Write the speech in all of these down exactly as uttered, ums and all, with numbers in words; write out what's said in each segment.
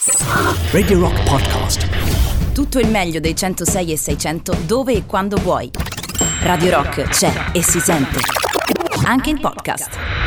Radio Rock Podcast. Tutto il meglio dei centosei e seicento dove e quando vuoi. Radio Rock c'è e si sente anche in podcast.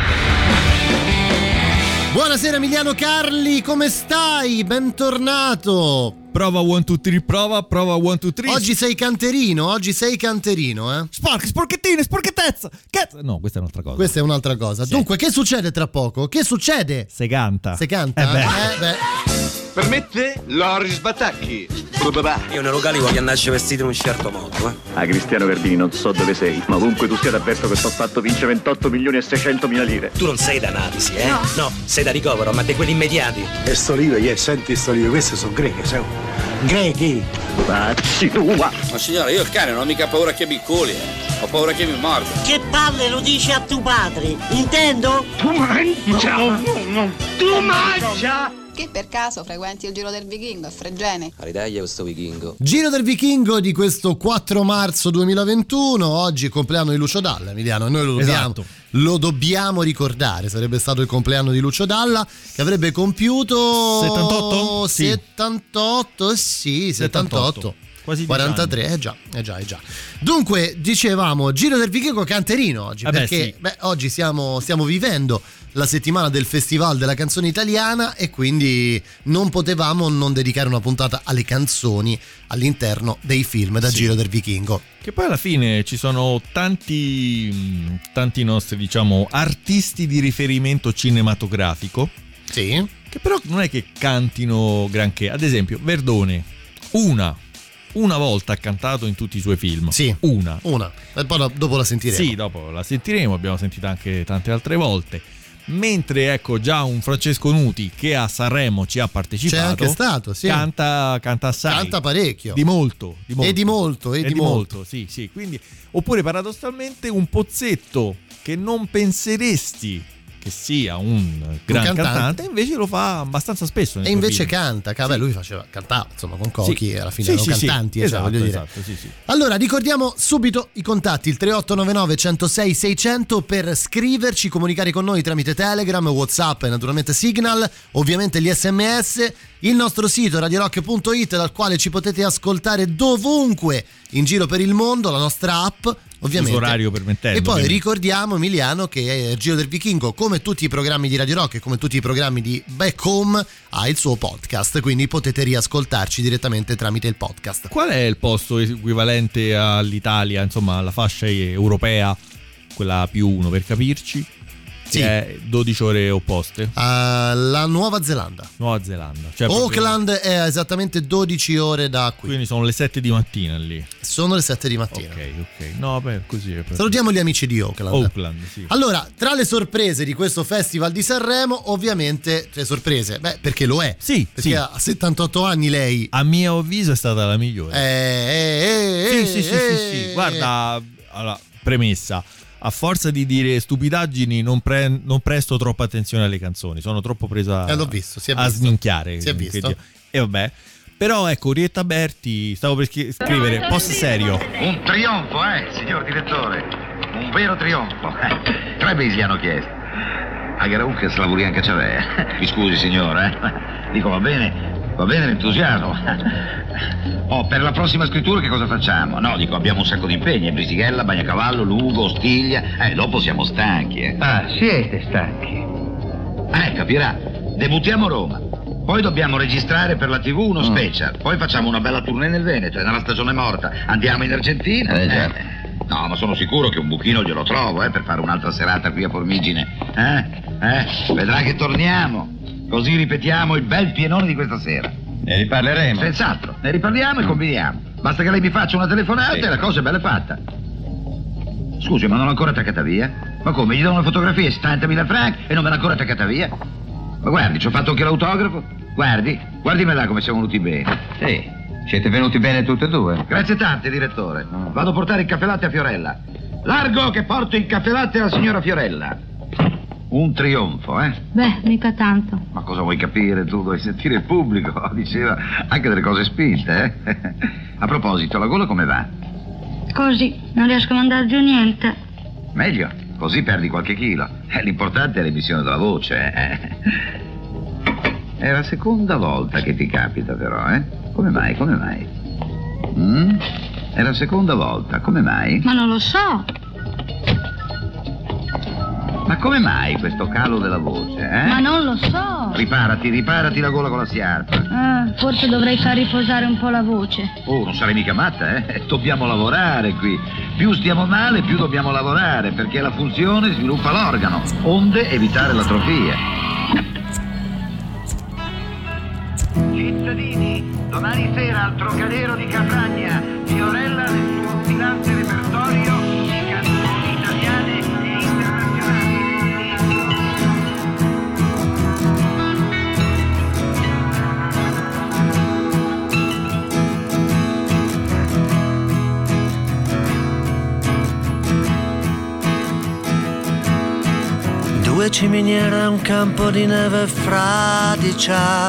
Buonasera Emiliano Carli, come stai? Bentornato. Prova one two three, prova, prova one two three. Oggi sei canterino, oggi sei canterino, eh? Sporche, sporchettine, sporchettezza. Che... No, questa è un'altra cosa. Questa è un'altra cosa. Sì. Dunque, che succede tra poco? Che succede? Se canta. Se canta? Eh beh. Eh beh. Permette? Loris Batacchi. Io nei locali voglio andarci vestito in un certo modo, eh. Ah, Cristiano Verdini, non so dove sei, ma ovunque tu sia t'avverto che t'ho fatto vincere ventotto milioni e seicento mila lire. Tu non sei da analisi, eh? No. No, sei da ricovero, ma di quelli immediati. E sto libro, yeah, senti sto libro, queste sono greche, sai? Grechi. Pazzi tua. Ma signora, io il cane non ho mica paura che mi culi, eh. Ho paura che mi morda. Che palle lo dici a tuo padre, intendo? Tu mangia. No, no, no. Tu mangia. Che per caso frequenti il Giro del Vichingo a Fregene? Aridaglia questo vichingo. Giro del Vichingo di questo quattro marzo duemilaventuno. Oggi è il compleanno di Lucio Dalla, Emiliano, e noi lo dobbiamo, esatto. lo dobbiamo ricordare. Sarebbe stato il compleanno di Lucio Dalla, che avrebbe compiuto settantotto? Sì. settantotto, sì, settantotto. settantotto. Quasi quarantatré, eh già, eh già, eh già. Dunque, dicevamo, Giro del Vichingo canterino oggi, eh beh, perché sì. beh, oggi siamo, stiamo vivendo la settimana del Festival della Canzone Italiana e quindi non potevamo non dedicare una puntata alle canzoni all'interno dei film da sì. Giro del Vichingo. Che poi alla fine ci sono tanti, tanti nostri, diciamo, artisti di riferimento cinematografico. Sì. Che però non è che cantino granché. Ad esempio, Verdone, una... Una volta ha cantato in tutti i suoi film. Sì. Una. Una. E poi dopo la sentiremo. Sì, dopo la sentiremo, abbiamo sentito anche tante altre volte. Mentre ecco già un Francesco Nuti che a Sanremo ci ha partecipato. C'è anche stato, sì. Canta, canta assai. Canta parecchio. Di molto, di molto. E di molto, e, e di, di molto. molto. Sì, sì. Quindi, oppure paradossalmente un Pozzetto che non penseresti che sia un gran cantante. cantante, invece lo fa abbastanza spesso. E invece film. canta, cavolo, sì. lui faceva, cantava insomma con Cochi, sì. alla fine sì, erano sì, cantanti, sì. eh, Esatto, cioè, voglio esatto, dire. sì, sì. Allora, ricordiamo subito i contatti, il tre otto nove nove uno zero sei seicento per scriverci, comunicare con noi tramite Telegram, WhatsApp e naturalmente Signal, ovviamente gli sms, il nostro sito radio rock punto it dal quale ci potete ascoltare dovunque in giro per il mondo, la nostra app, ovviamente. Uso orario permettendo. E poi ovviamente. ricordiamo, Emiliano, che Giro del Vichingo, come tutti i programmi di Radio Rock e come tutti i programmi di Back Home, ha il suo podcast, quindi potete riascoltarci direttamente tramite il podcast. Qual è il posto equivalente all'Italia, insomma, alla fascia europea, quella più uno per capirci? Sì. È dodici ore opposte. Uh, la Nuova Zelanda. Nuova Zelanda. Cioè Auckland proprio... è esattamente dodici ore da qui. Quindi sono le sette di mattina lì. Sono le sette di mattina. Ok, ok. No, beh, così è. Per... Salutiamo gli amici di Auckland. Auckland, sì. Allora, tra le sorprese di questo Festival di Sanremo, ovviamente, le sorprese, beh, perché lo è. Sì, perché sì. ha settantotto anni lei. A mio avviso è stata la migliore. Eh, eh, eh, sì, sì, sì, eh, sì, sì. Guarda, allora, premessa. A forza di dire stupidaggini non, pre- non presto troppa attenzione alle canzoni, sono troppo presa eh, l'ho visto, si è a visto. sminchiare. Si è visto. E vabbè. Però ecco, Orietta Berti, stavo per schi- scrivere post serio. Un trionfo, eh, signor direttore. Un vero trionfo. Tre mesi hanno chiesto. A Garaunca se la volia anche c'aveva. Mi scusi, signore, eh. Dico, va bene, va bene l'entusiasmo. Oh, per la prossima scrittura che cosa facciamo? No, dico, abbiamo un sacco di impegni. Brisighella, Bagnacavallo, Lugo, Ostiglia. Eh, dopo siamo stanchi, eh. Ah, siete stanchi. Eh, capirà. Debuttiamo a Roma. Poi dobbiamo registrare per la tivù uno special. Poi facciamo una bella tournée nel Veneto. È nella stagione morta. Andiamo in Argentina. Eh, già. Eh. No, ma sono sicuro che un buchino glielo trovo, eh, per fare un'altra serata qui a Formigine. Eh? Eh? Vedrà che torniamo. Così ripetiamo il bel pienone di questa sera. Ne riparleremo. Senz'altro. Ne riparliamo e combiniamo. Basta che lei mi faccia una telefonata sì. E la cosa è bella fatta. Scusi, ma non l'ho ancora attaccata via? Ma come? Gli do una fotografia, settantamila franc e non me l'ha ancora attaccata via? Ma guardi, ci ho fatto anche l'autografo. Guardi, guardimi là come siamo venuti bene. Sì, siete venuti bene tutte e due. Grazie tante, direttore. Vado a portare il caffè latte a Fiorella. Largo che porto il caffè latte alla signora Fiorella. Un trionfo, eh? Beh, mica tanto. Ma cosa vuoi capire tu? Vuoi sentire il pubblico? Diceva anche delle cose spinte, eh? A proposito, la gola come va? Così, non riesco a mandare giù niente. Meglio, così perdi qualche chilo. Eh, l'importante è l'emissione della voce, eh? È la seconda volta che ti capita però, eh? Come mai, come mai? Mm? È la seconda volta, come mai? Ma non lo so. Ma come mai questo calo della voce, eh? Ma non lo so. Riparati, riparati la gola con la sciarpa. Ah, forse dovrei far riposare un po' la voce. Oh, non sarai mica matta, eh? Dobbiamo lavorare qui. Più stiamo male, più dobbiamo lavorare, perché la funzione sviluppa l'organo, onde evitare l'atrofia. Cittadini, domani sera al Trocadero di Catania, Fiorella nel suo sfilante repertorio di canzoni italiane e internazionali. Due ciminiere e un campo di neve fradicia.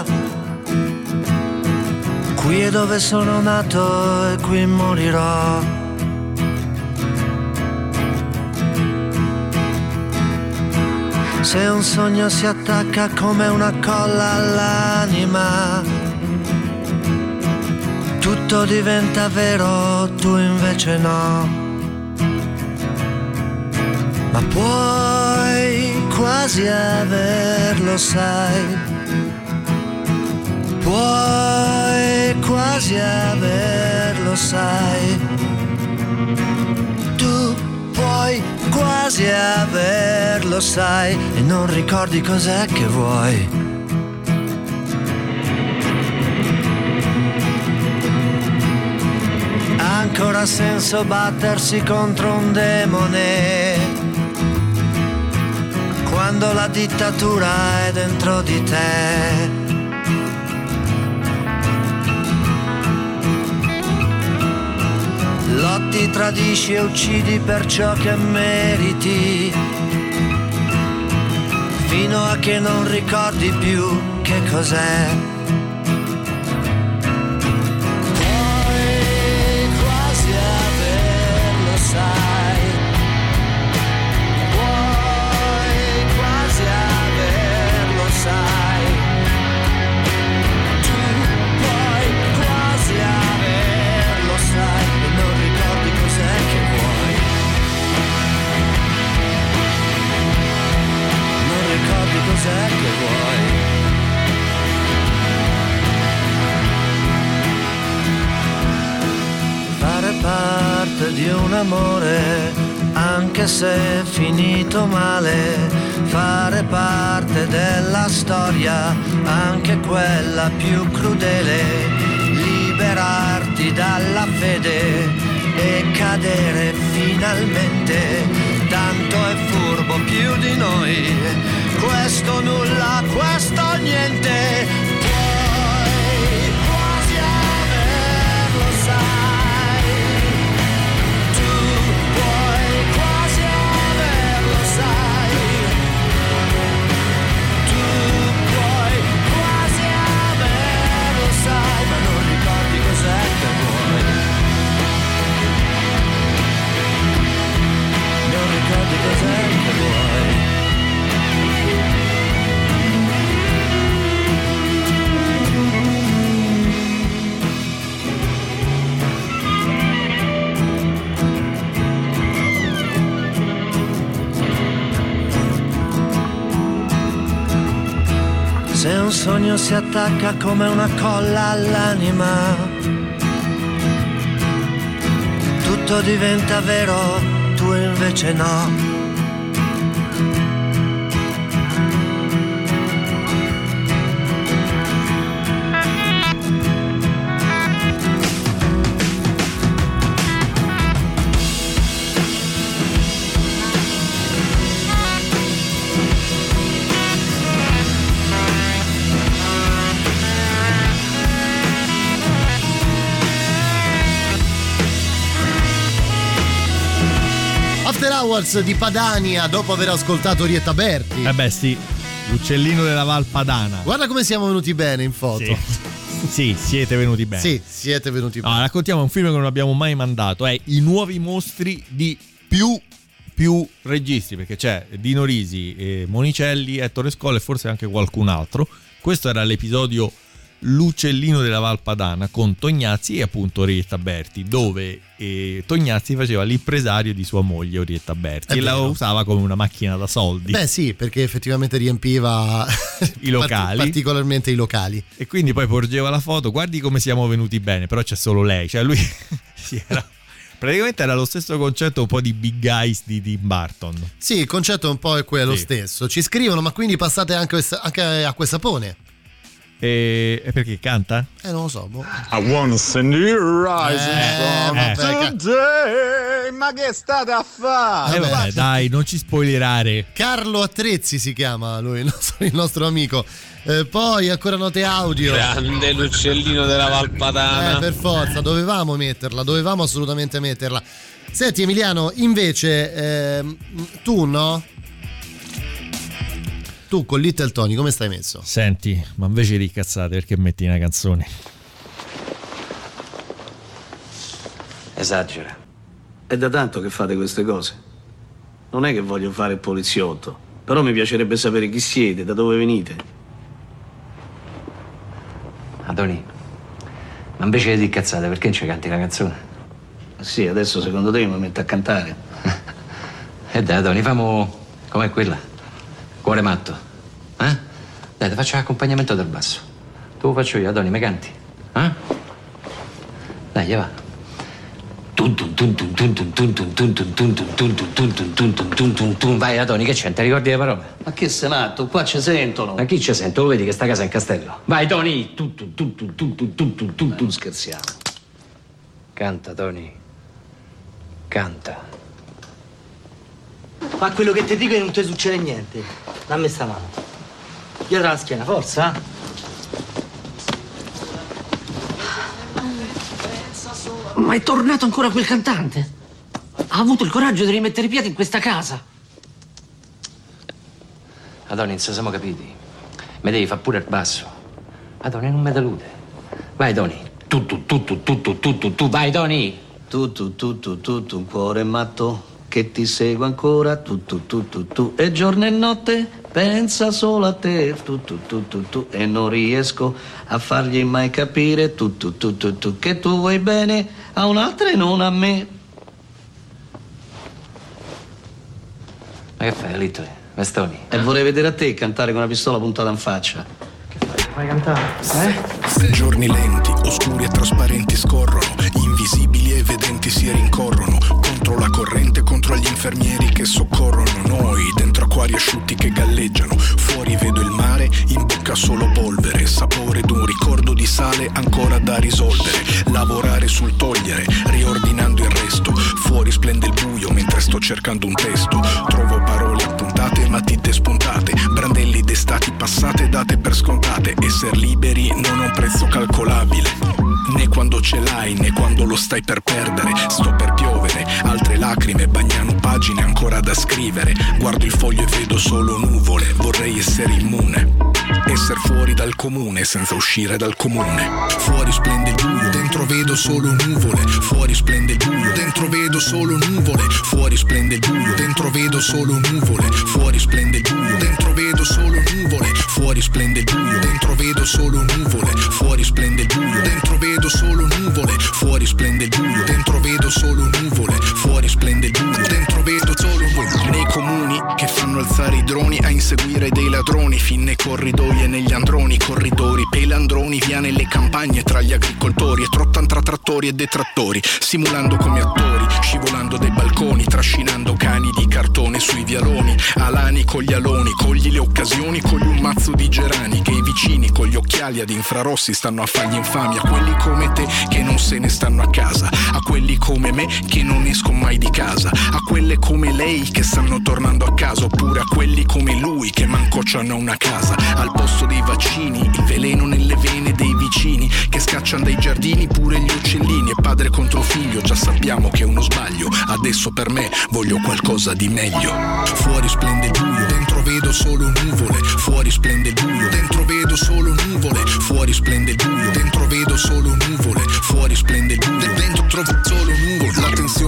Qui è dove sono nato e qui morirò. Se un sogno si attacca come una colla all'anima, tutto diventa vero, tu invece no. Ma puoi quasi averlo, sai. Puoi quasi averlo, sai. Tu puoi quasi averlo, sai. E non ricordi cos'è che vuoi. Ha ancora senso battersi contro un demone quando la dittatura è dentro di te. Lotti, tradisci e uccidi per ciò che meriti, fino a che non ricordi più che cos'è. Puoi quasi averlo, sai. Puoi quasi averlo, sai. Tu puoi quasi averlo, sai. E non ricordi cos'è che vuoi. Non ricordi cos'è che vuoi. Fare parte di un amore, anche se è finito male, fare parte della storia, anche quella più crudele, liberarti dalla fede e cadere finalmente, tanto è furbo più di noi, questo nulla, questo niente. Puoi quasi averlo, sai. Tu puoi quasi averlo, sai. Tu puoi quasi averlo, sai, ma non ricordi cos'è che vuoi. Non ricordi cos'è che vuoi. Se un sogno si attacca come una colla all'anima, tutto diventa vero, tu invece no. After Hours di Padania, dopo aver ascoltato Orietta Berti. Eh beh sì, l'uccellino della Val Padana. Guarda come siamo venuti bene in foto. Sì, sì siete venuti bene. Sì, siete venuti bene. No, raccontiamo un film che non abbiamo mai mandato, è I nuovi mostri di più più registi, perché c'è Dino Risi, eh, Monicelli, Ettore Scola e forse anche qualcun altro, Questo era l'episodio L'uccellino della Valpadana con Tognazzi e appunto Orietta Berti, dove eh, Tognazzi faceva l'impresario di sua moglie Orietta Berti È e vero. la usava come una macchina da soldi. Beh sì, perché effettivamente riempiva I locali, particolarmente i locali, e quindi poi porgeva la foto, guardi come siamo venuti bene, però c'è solo lei, cioè lui si era, praticamente era lo stesso concetto un po' di Big Eyes di Tim Burton. Sì, il concetto un po' è quello Sì. stesso. Ci scrivono, ma quindi passate anche, anche a quel sapone? E, e perché canta? Eh non lo so, boh. I wanna send you rising Eh, from vabbè, today. Ma che state a fare? Eh vabbè, dai, non ci spoilerare. Carlo Attrezzi si chiama lui, il nostro, il nostro amico. Eh, poi ancora note audio. Grande l'uccellino della Valpadana. Eh, per forza, dovevamo metterla, dovevamo assolutamente metterla. Senti Emiliano, invece ehm, tu no? Tu con Little Tony come stai messo? Senti, ma invece di cazzate, perché metti una canzone? Esagera. È da tanto che fate queste cose. Non è che voglio fare il poliziotto, però mi piacerebbe sapere chi siete, da dove venite. Adoni, ma invece di cazzate, perché non ci canti una canzone? Sì, adesso secondo te mi metto a cantare. E dai, Adoni, famo com'è quella? Cuore matto. Eh? Dai, ti faccio l'accompagnamento del basso. Tu lo faccio io, Adoni, mi canti? Eh? Dai, va. Vai, Adoni, che c'è? Ti ricordi le parole? Ma che sei matto? Qua ci sentono. Ma chi ci sente? Lo vedi che sta casa è in castello? Vai, Tony! Tu, tu, tu, tu, tu, tu, tu, tu, tu, tu, scherziamo. Canta, Tony. Canta. Fa quello che ti dico e non ti succede niente. Dammi sta mano. Dietro la schiena, forza. eh? Ma è tornato ancora quel cantante? Ha avuto il coraggio di rimettere i piedi in questa casa? Adoni, non ci siamo capiti. Mi devi fare pure il basso. Adoni, non mi delude. Vai, Tony. Tu, tu, tu, tu, tu, tu, tu, tu, tu, vai, Tony. Tu, tu, tu, tu, tu, tu, un cuore matto che ti segue ancora. Tu, tu, tu, tu, tu, e giorno e notte pensa solo a te. Tu, tu, tu, tu, tu, e non riesco a fargli mai capire. Tu, tu, tu, tu, tu, che tu vuoi bene a un'altra e non a me. Ma che fai, Little? Vestoni? E vorrei vedere a te cantare con una pistola puntata in faccia. Fai cantare? Eh? Giorni lenti, oscuri e trasparenti scorrono, invisibili e vedenti si rincorrono, contro la corrente, contro gli infermieri che soccorrono noi, dentro acquari asciutti che galleggiano, fuori vedo il mare, in bocca solo polvere, sapore d'un ricordo di sale ancora da risolvere, lavorare sul togliere, riordinando il resto, fuori splende il buio mentre sto cercando un testo, trovo parole appuntate, matite spuntate, brandelli d'estati passate date per scontate, esser liberi non ha un prezzo calcolabile, né quando ce l'hai né quando lo stai per perdere, sto per piovere, altre lacrime bagnano pagine ancora da scrivere, guardo il foglio e vedo solo nuvole, vorrei essere immune, esser fuori dal comune senza uscire dal comune, fuori splende il buio, dentro vedo solo nuvole, fuori splende il buio, dentro vedo solo nuvole, fuori splende il buio, dentro vedo solo nuvole, fuori splende il buio, dentro vedo solo nuvole, fuori splende il buio, dentro vedo solo nuvole, fuori splende il buio, dentro vedo solo nuvole, fuori splende il buio, dentro vedo solo nuvole, fuori splende il buio, dentro vedo solo nuvole. Nei comuni che fanno alzare i droni a inseguire dei ladroni, fin nei corridoi e negli androni, corridori, pelandroni, via nelle campagne tra gli agricoltori e trottan tra trattori e detrattori, simulando come attori, scivolando dai balconi, trascinando cani di cartone sui vialoni, alani con gli aloni, cogli le occasioni, cogli un mazzo di gerani, che i vicini con gli occhiali ad infrarossi stanno a fargli infamia, a quelli come te che non se ne stanno a casa, a quelli come me che non escono mai di casa, a quelle come lei che stanno tornando a casa, oppure a quelli come lui che manco c'hanno una casa, al posto dei vaccini il veleno nelle vene dei vicini che scacciano dai giardini pure gli uccellini, e padre contro figlio già sappiamo che è uno sbaglio, adesso per me voglio qualcosa di meglio, fuori splende il buio, dentro vedo solo nuvole, fuori splende il buio, dentro vedo solo nuvole, fuori splende il buio, dentro vedo solo nuvole, fuori splende il buio, dentro trovo solo nuvole, la tensione che mi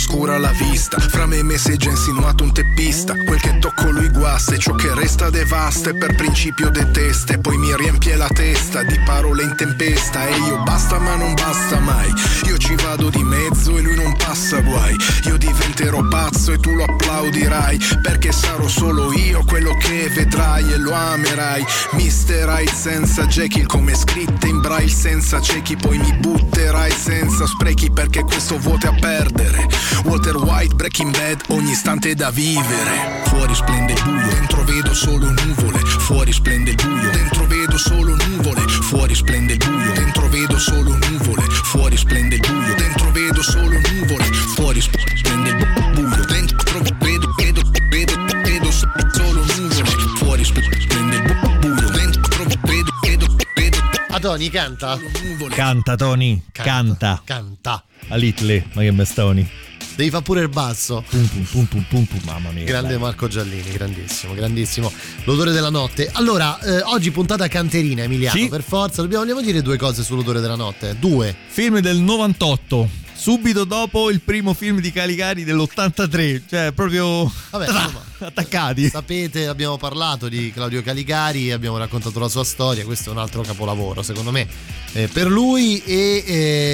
oscura la vista. Fra me e me si è già insinuato un teppista. Quel che tocco lui guasta e ciò che resta devasta. E per principio detesta e poi mi riempie la testa di parole in tempesta. E io basta ma non basta mai. Io ci vado di mezzo e lui non passa guai. Io diventerò pazzo e tu lo applaudirai, perché sarò solo io quello che vedrai e lo amerai. Mister Hyde senza Jekyll, come scritte in braille senza ciechi. Poi mi butterai senza sprechi, perché questo vuoto è a perdere. Walter White, Breaking Bad, ogni istante è da vivere. Fuori splende il buio, dentro vedo solo nuvole. Fuori splende il buio, dentro vedo solo nuvole. Fuori splende il buio, dentro vedo solo nuvole. Fuori splende il buio, dentro vedo solo nuvole. Fuori splende il buio, dentro vedo, vedo, vedo, vedo solo nuvole. Fuori splende il buio, dentro vedo, vedo, vedo. A Tony canta? Canta Tony, canta. Canta. A Little, ma che bestoni. Devi fare pure il basso. Pum, pum, pum, pum, pum, pum, mamma mia. Grande Marco Giallini, grandissimo, grandissimo. L'odore della notte. Allora, eh, oggi puntata canterina, Emiliano, sì. Per forza. Dobbiamo, vogliamo dire due cose sull'odore della notte. Due. Film del novantotto, subito dopo il primo film di Caligari dell'ottantatré. Cioè, proprio Vabbè, tra, insomma, attaccati. Sapete, abbiamo parlato di Claudio Caligari, abbiamo raccontato la sua storia. Questo è un altro capolavoro, secondo me, eh, per lui. E,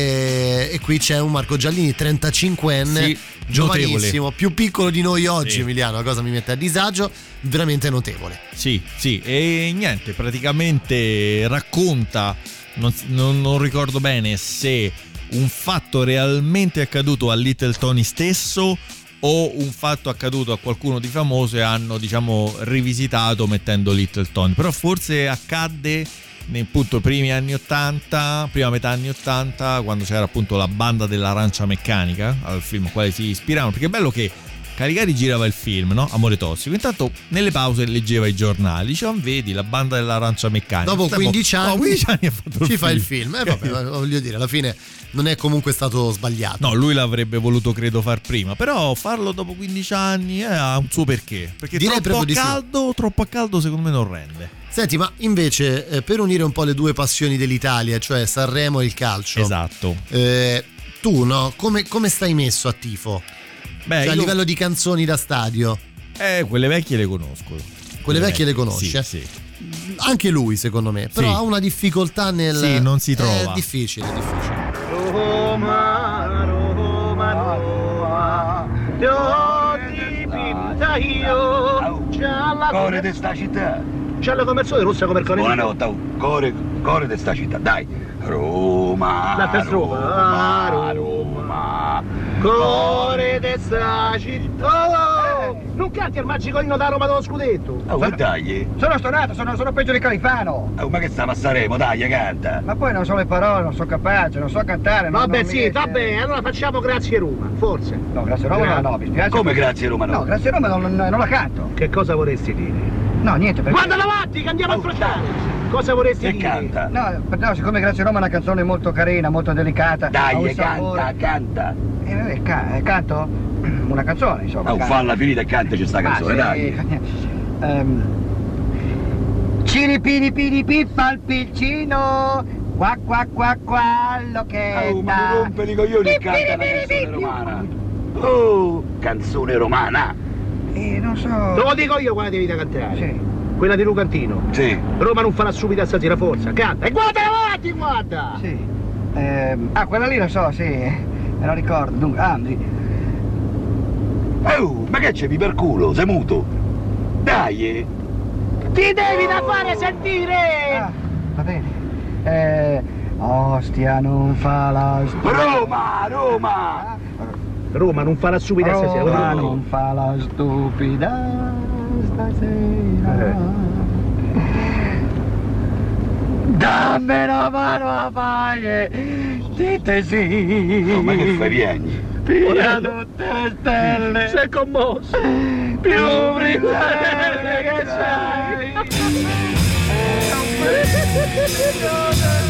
eh, e qui c'è un Marco Giallini, trentacinquenne, sì, giovanissimo, notevole. più piccolo di noi oggi, sì. Emiliano, la cosa mi mette a disagio, veramente notevole. Sì, sì, e niente, praticamente racconta, non, non, non ricordo bene se un fatto realmente accaduto a Little Tony stesso o un fatto accaduto a qualcuno di famoso e hanno, diciamo, rivisitato mettendo Little Tony, però forse accadde nei appunto primi anni ottanta, prima metà anni ottanta, quando c'era appunto la banda dell'Arancia Meccanica, al film al quale si ispiravano, perché è bello che Caligari girava il film, no? Amore tossico. Intanto nelle pause leggeva i giornali, diceva: vedi la banda dell'Arancia Meccanica. Dopo quindici anni, no, quindici anni ha fatto ci il fa film. il film. Eh, vabbè, voglio dire, alla fine non è comunque stato sbagliato. No, lui l'avrebbe voluto, credo, far prima, però farlo dopo quindici anni eh, ha un suo perché. Perché Direi troppo a proprio di caldo, sì. troppo a caldo secondo me non rende. Senti, ma invece eh, per unire un po' le due passioni dell'Italia, cioè Sanremo e il calcio. Esatto. Eh, tu, no? Come, come stai messo a tifo? Beh, cioè, io... a livello di canzoni da stadio. Eh, quelle vecchie le conosco. Quelle, quelle vecchie, vecchie le Sì, conosce? sì. Anche lui, secondo me. Però sì. ha una difficoltà nel... Sì, non si trova. È difficile, è difficile. Roma, Roma, Roma, ti ho dipinta io. Gialla Core di sta città. Gialla come il sole, rossa come il core. Buonanotte, oh. core, core di sta città, dai. Roma, La festa Roma, Roma, Roma, core di sta città. Oh, non canti il magico inno da Roma dello scudetto. Oh, ma dai. Sono stonato, sono, sono peggio di Califano. Oh, ma che stiamo a Sanremo, dai, canta. Ma poi non so le parole, non so capace, non so cantare. Non, Vabbè, non sì, mi... vabbè, allora facciamo Grazie Roma, forse. No, Grazie Roma Gra- no, no, mi spiace. Come Grazie Roma no? No, Grazie Roma non, non, non la canto. Che cosa vorresti dire? No, niente, perché... Guarda davanti, che andiamo Oh, a affrontare. Cosa vorresti che dire? canta? No, no, siccome Grazie Roma è una canzone molto carina, molto delicata. ha un Dai, sapore. canta, canta. Eh, vabbè, ca- eh, canto? Una canzone, insomma. Oh, canto. falla finita e cantaci sta canzone, Ah, sì. dai. um, Ciripini pini pippa al piccino, qua qua qua qua lo che Oh, ma mi rompe i coglioni e canta la canzone romana. Oh, canzone romana. Eh, non so. Te lo dico io quella devi da cantare. Sì. Quella di Lucantino. Sì. Roma non farà subito stasera, forza, canta. E guarda avanti, guarda! Sì. Ehm, ah, quella lì lo so, sì. Me la ricordo. Dunque, ah, mi- Oh, ma che c'è per culo? Sei muto? Dai! eh. Ti devi da fare sentire! Ah, va bene. Eh, ostia non fa la stupida. Roma, Roma! Roma non farà subito stasera. Roma lo dico io. non fa la stupida stasera. Eh. Dammi la mano a fare, dite sì. Oh, ma che fai, vieni? Via tutte le stelle. Sei commosso. Più brillante che sei.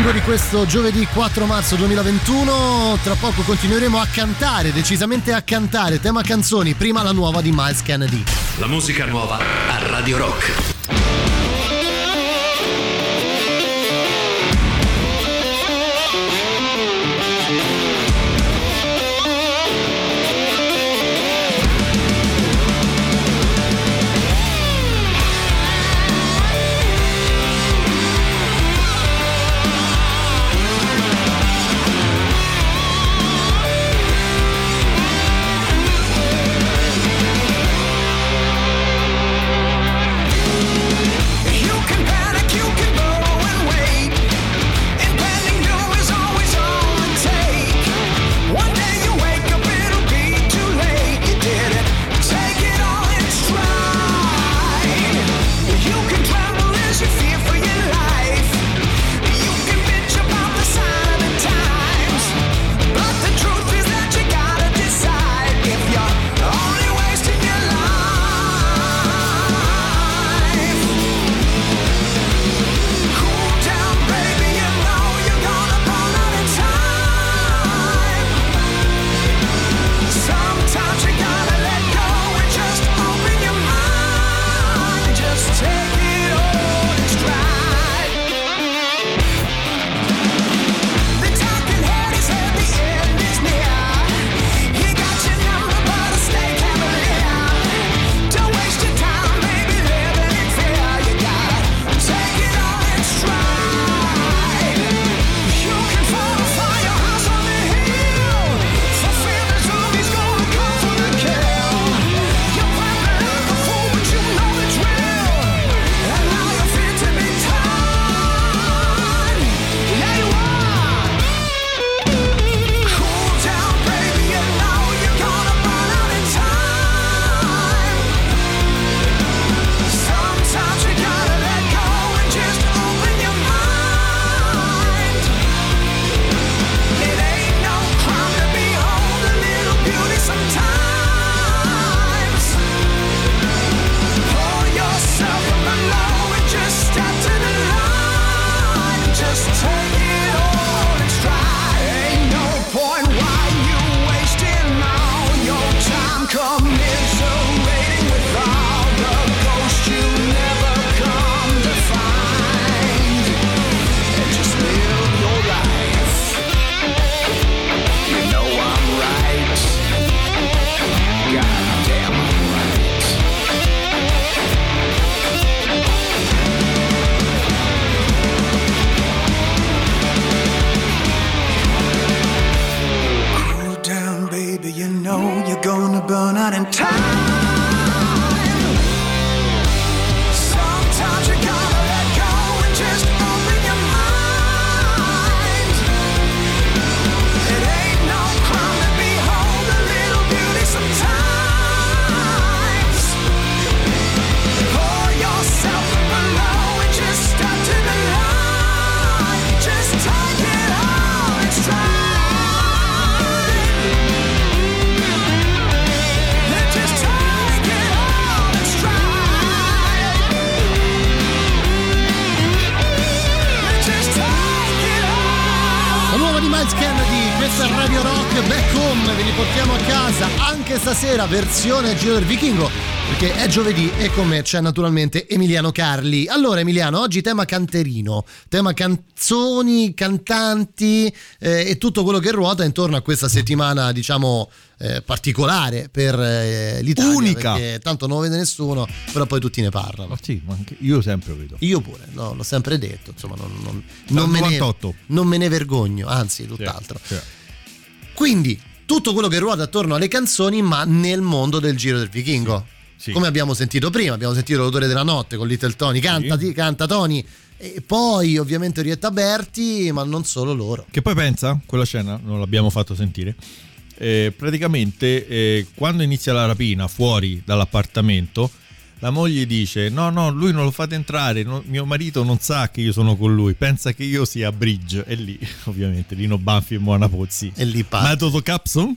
Vikingo di questo giovedì quattro marzo duemilaventuno. Tra poco continueremo a cantare, decisamente a cantare, tema canzoni, prima la nuova di Myles Kennedy. La musica nuova a Radio Rock. Stasera versione Giro del Vichingo, perché è giovedì e con me c'è naturalmente Emiliano Carli. Allora Emiliano, oggi tema canterino, tema canzoni, cantanti eh, e tutto quello che ruota intorno a questa settimana, diciamo, eh, particolare per eh, l'Italia. Unica. Perché tanto non lo vede nessuno, però poi tutti ne parlano. Ma sì, ma anche io sempre vedo. Io pure, no, l'ho sempre detto, insomma, non, non, non, me, ne, non me ne vergogno, anzi, tutt'altro. Sì, sì. Quindi tutto quello che ruota attorno alle canzoni, ma nel mondo del Giro del Vichingo. Sì, sì. Come abbiamo sentito prima, abbiamo sentito L'odore della notte con Little Tony, canta, sì. canta Tony, e poi ovviamente Orietta Berti, ma non solo loro. Che poi pensa, quella scena non l'abbiamo fatto sentire, eh, praticamente eh, quando inizia la rapina fuori dall'appartamento, la moglie dice no no lui non lo fate entrare, no, mio marito non sa che io sono con lui, pensa che io sia Bridge, e lì ovviamente Lino Banfi e Moana Pozzi e lì parte. Metodo Capson?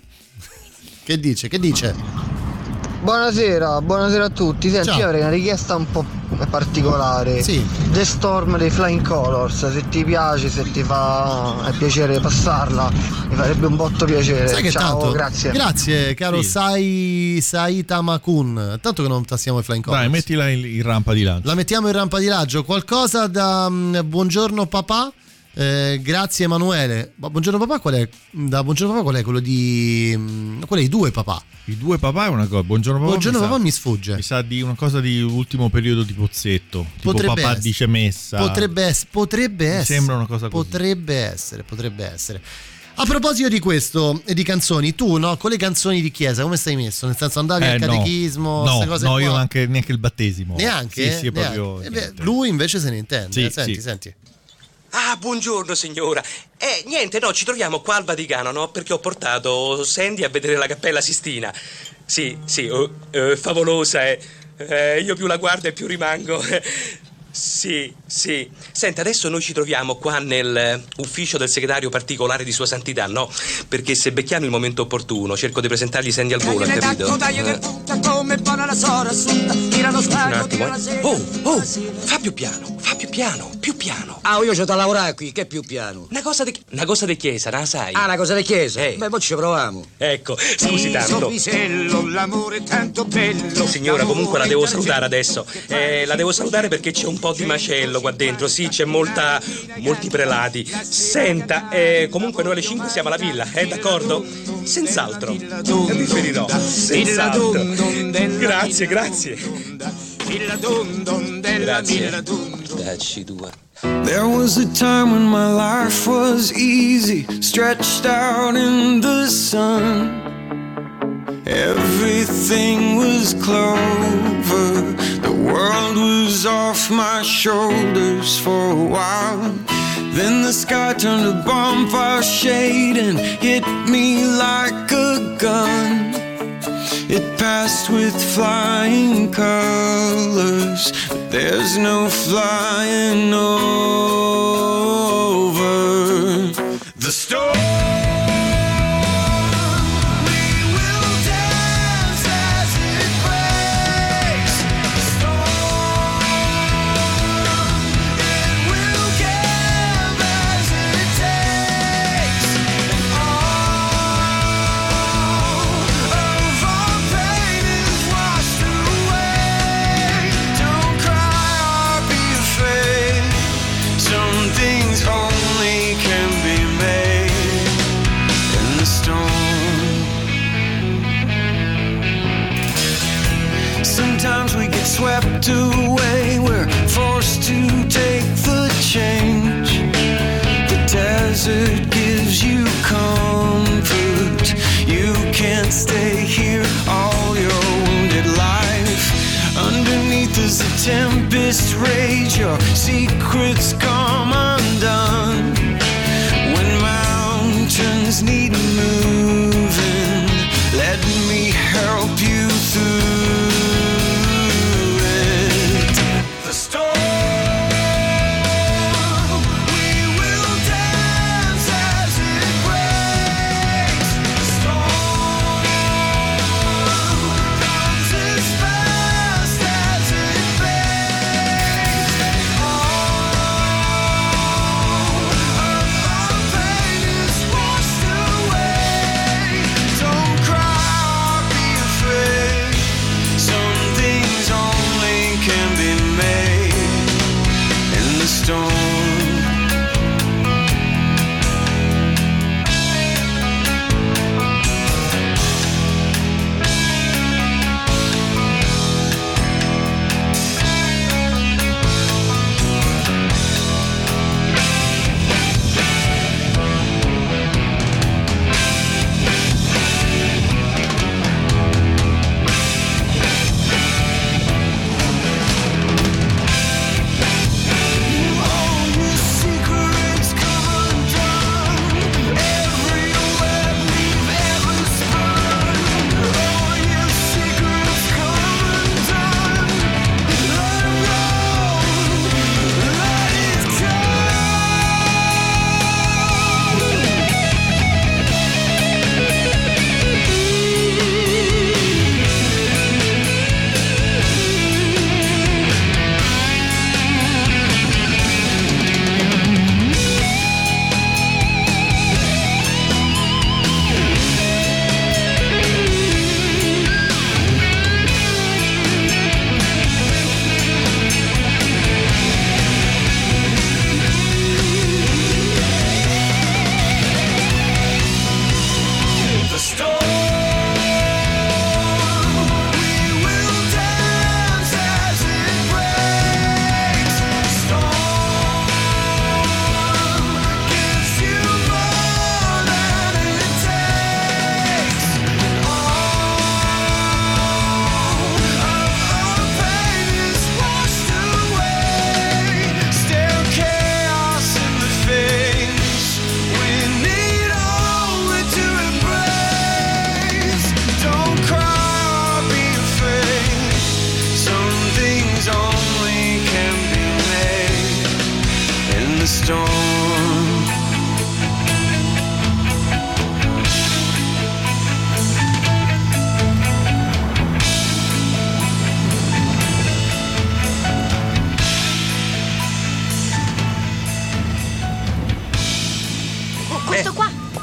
Che dice? Che dice? Buonasera, buonasera a tutti. Senti, Ciao. io avrei una richiesta un po' è particolare. Sì. The Storm dei Flying Colors, se ti piace, se ti fa è piacere passarla, mi farebbe un botto piacere. Sai che ciao, tanto, grazie. Grazie caro Sì. Sai Saitama-kun. Tanto che non tastiamo i Flying Colors. Dai, mettila in, in rampa di lancio. La mettiamo in rampa di lancio. Qualcosa da um, Buongiorno papà. Eh, grazie Emanuele. Ma Buongiorno papà qual è? Da Buongiorno papà qual è? Quello di um, quello di due papà. I due papà è una cosa. Buongiorno papà. Buongiorno mi papà sa, mi sfugge. Mi sa di una cosa di ultimo periodo di Pozzetto. Tipo Potrebbe papà essere. dice messa. Potrebbe, es- potrebbe Mi essere. sembra una cosa così. Potrebbe essere, potrebbe essere. A proposito di questo e di canzoni, tu no, con le canzoni di chiesa come stai messo? Nel senso andavi Eh, al no. catechismo? No, queste cose no, qua? io anche, neanche il battesimo. Neanche? Sì, sì, Neanche. proprio. Eh beh, lui invece se ne intende. Sì, eh, senti, sì. senti. Ah, buongiorno signora. Eh, niente, no, ci troviamo qua al Vaticano, no? Perché ho portato Sandy a vedere la Cappella Sistina. Sì, sì, oh, eh, favolosa, eh. Eh, io più la guardo e più rimango. Sì, sì. Senta, adesso noi ci troviamo qua nel ufficio del segretario particolare di Sua Santità, no? Perché se becchiamo il momento opportuno, cerco di presentargli Sandy al volo, capito? Eh. come buona la sora assunta, tira lo Un stago, attimo, tira la eh. sera. Oh, oh, fa più piano, fa più piano, più piano. Ah, io c'ho da lavorare qui, che più piano? Una cosa di, una cosa di chiesa, non la sai? Ah, una cosa di chiesa? Eh. Beh, poi ci proviamo. Ecco, scusi tanto. Pisello, l'amore è tanto bello. Signora, comunque la devo salutare adesso. Eh, la devo salutare perché c'è un po' di macello qua dentro. Sì, c'è molta, molti prelati. Senta, eh, comunque noi alle cinque siamo alla villa, eh, d'accordo? Senz'altro. Riferirò. Senz'altro. Grazie, grazie. Grazie. Dacci tua. There was a time when my life was easy, stretched out in the sun. Everything was clover, the world was off my shoulders for a while. Then the sky turned a bonfire shade and hit me like a gun. It passed with flying colors, but there's no flying over the storm. Sometimes we get swept away, we're forced to take the change. The desert gives you comfort, you can't stay here all your wounded life. Underneath as the tempest rage, your secrets come undone. When mountains need moving, let me help you through it.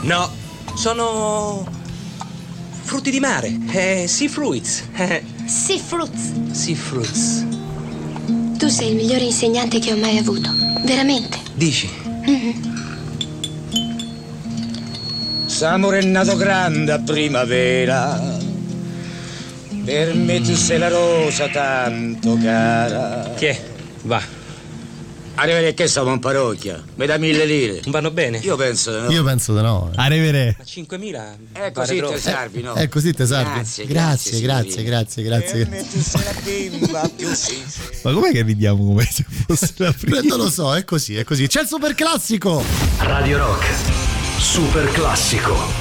No, sono frutti di mare, eh, sea fruits. Eh. Sea fruits. Sea fruits. Tu sei il migliore insegnante che ho mai avuto, veramente. Dici? Mm-hmm. S'amore è nato grande a primavera, per me tu sei la rosa tanto cara. Che è? Va. Arrivederci che siamo in parrocchia, mi dà mille lire. Non vanno bene? Io penso di no. Io penso di no. Arrivederci. Ma cinquemila? È così te servi, no? È così te servi. Grazie, grazie, grazie, grazie, grazie. Per me tu sei la bimba più sincera. Ma com'è che ridiamo come se fosse la prima? Non lo so, è così, è così. C'è il super classico. Radio Rock, super classico.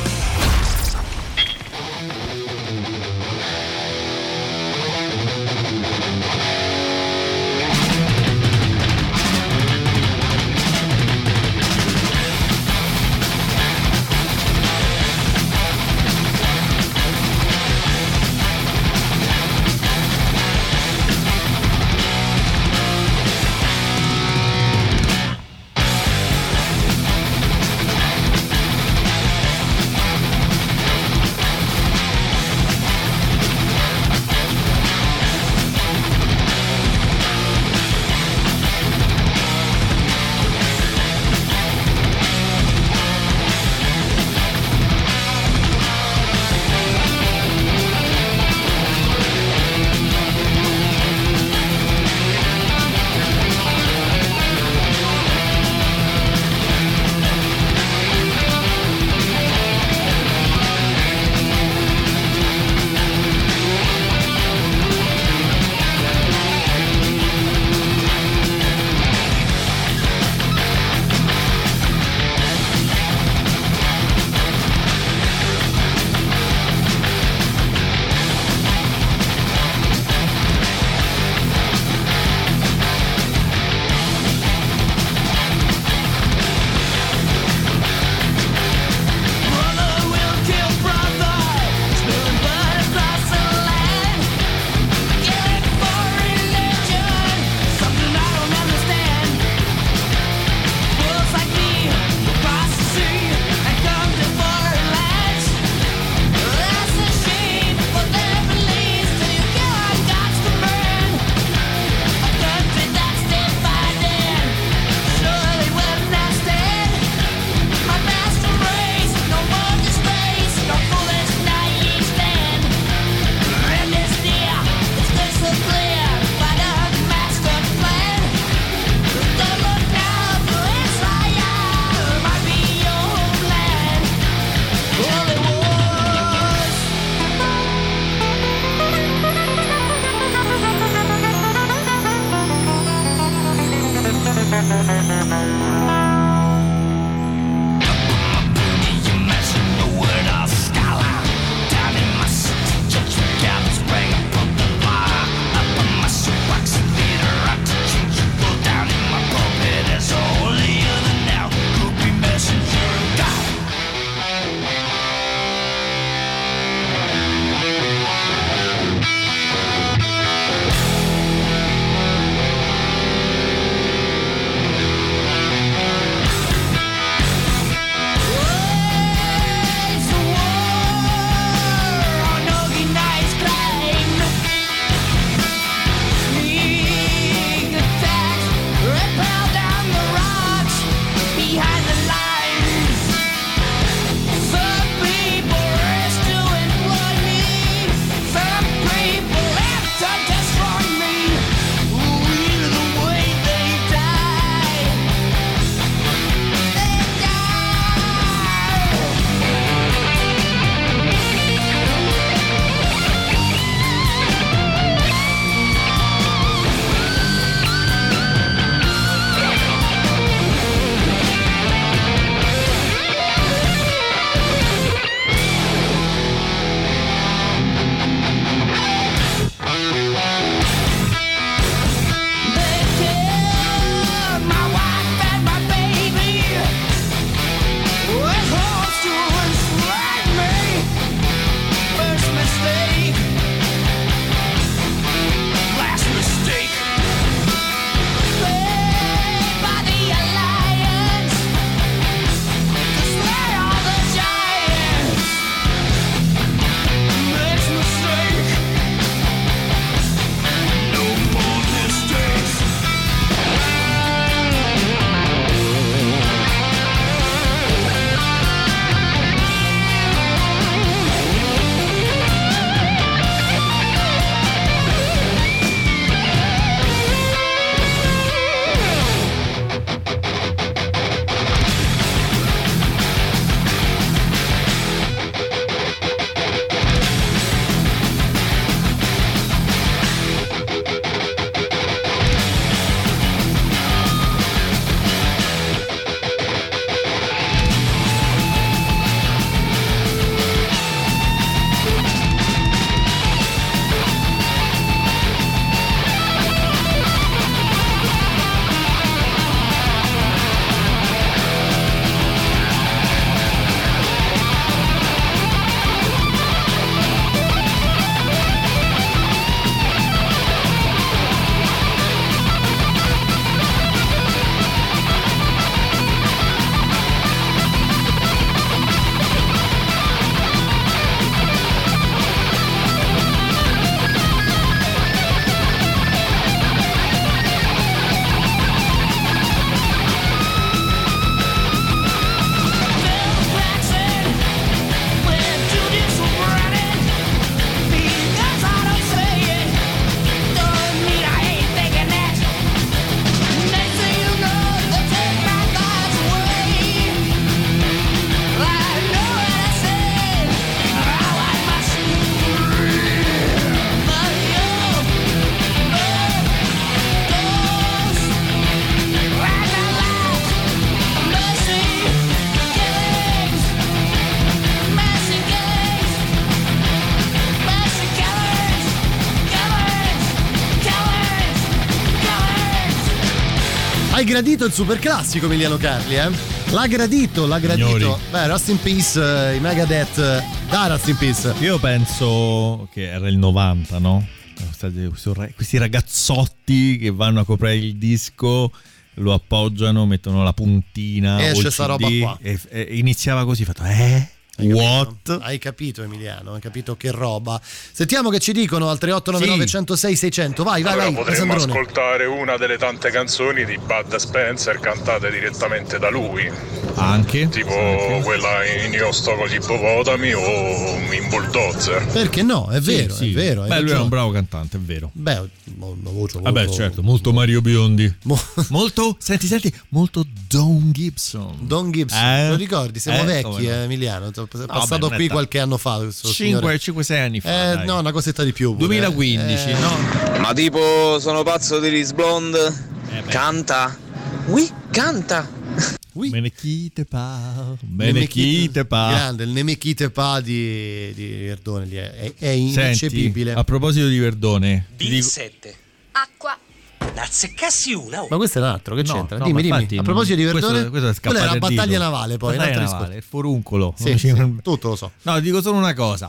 Hai gradito il super classico Emiliano Carli, eh? L'ha gradito, l'ha gradito. Signori. Beh, Rust in Peace, uh, i Megadeth, uh, da Rust in Peace. Io penso che era il novanta, no? Questi ragazzotti che vanno a coprire il disco, lo appoggiano, mettono la puntina, esce sta roba qua. E, e iniziava così, fatto eh? Hai What? Capito? Hai capito Emiliano, hai capito che roba. Sentiamo che ci dicono al tre otto nove nove uno zero sei sei zero zero. Vai, vai, allora, vai. potremmo Sandrone. ascoltare una delle tante canzoni di Bud Spencer cantate direttamente da lui. Anche? Tipo Anche. quella in Io sto con gli ippopotami o in Bulldozer. Perché no? È vero, Sì, sì. è vero. hai Beh, lui ragione. è un bravo cantante, è vero. Beh, una voce molto... Vabbè, certo, molto Mario Biondi. Molto, senti, senti, molto Don Gibson. Don Gibson, Eh? lo ricordi? Siamo Eh, vecchi, come no. eh, Emiliano. È passato vabbè, non è qui tanto. qualche anno fa. questo signore. cinque sei anni fa. Eh, dai. no, una cosetta di più. pure, duemilaquindici, eh. no? Ma tipo sono pazzo di Liz Blonde? Eh, Canta. Oui, canta. Oui. Me ne chite pa, me ne chite pa. Grande, il Nemechite Pa di, di Verdone lì è, è, è Senti, ineccepibile. a proposito di Verdone, ti B dico- sette. Acqua. Ne azzeccassi una. Oh. Ma questo è un altro, che No, c'entra? no, dimmi, ma dimmi. infatti, A proposito di questo- Verdone, questo è scappato quella era il battaglia dito. navale, poi. un Battaglia altro navale, discorso. il foruncolo. Sì, Non ci- sì, tutto lo so. No, dico solo una cosa.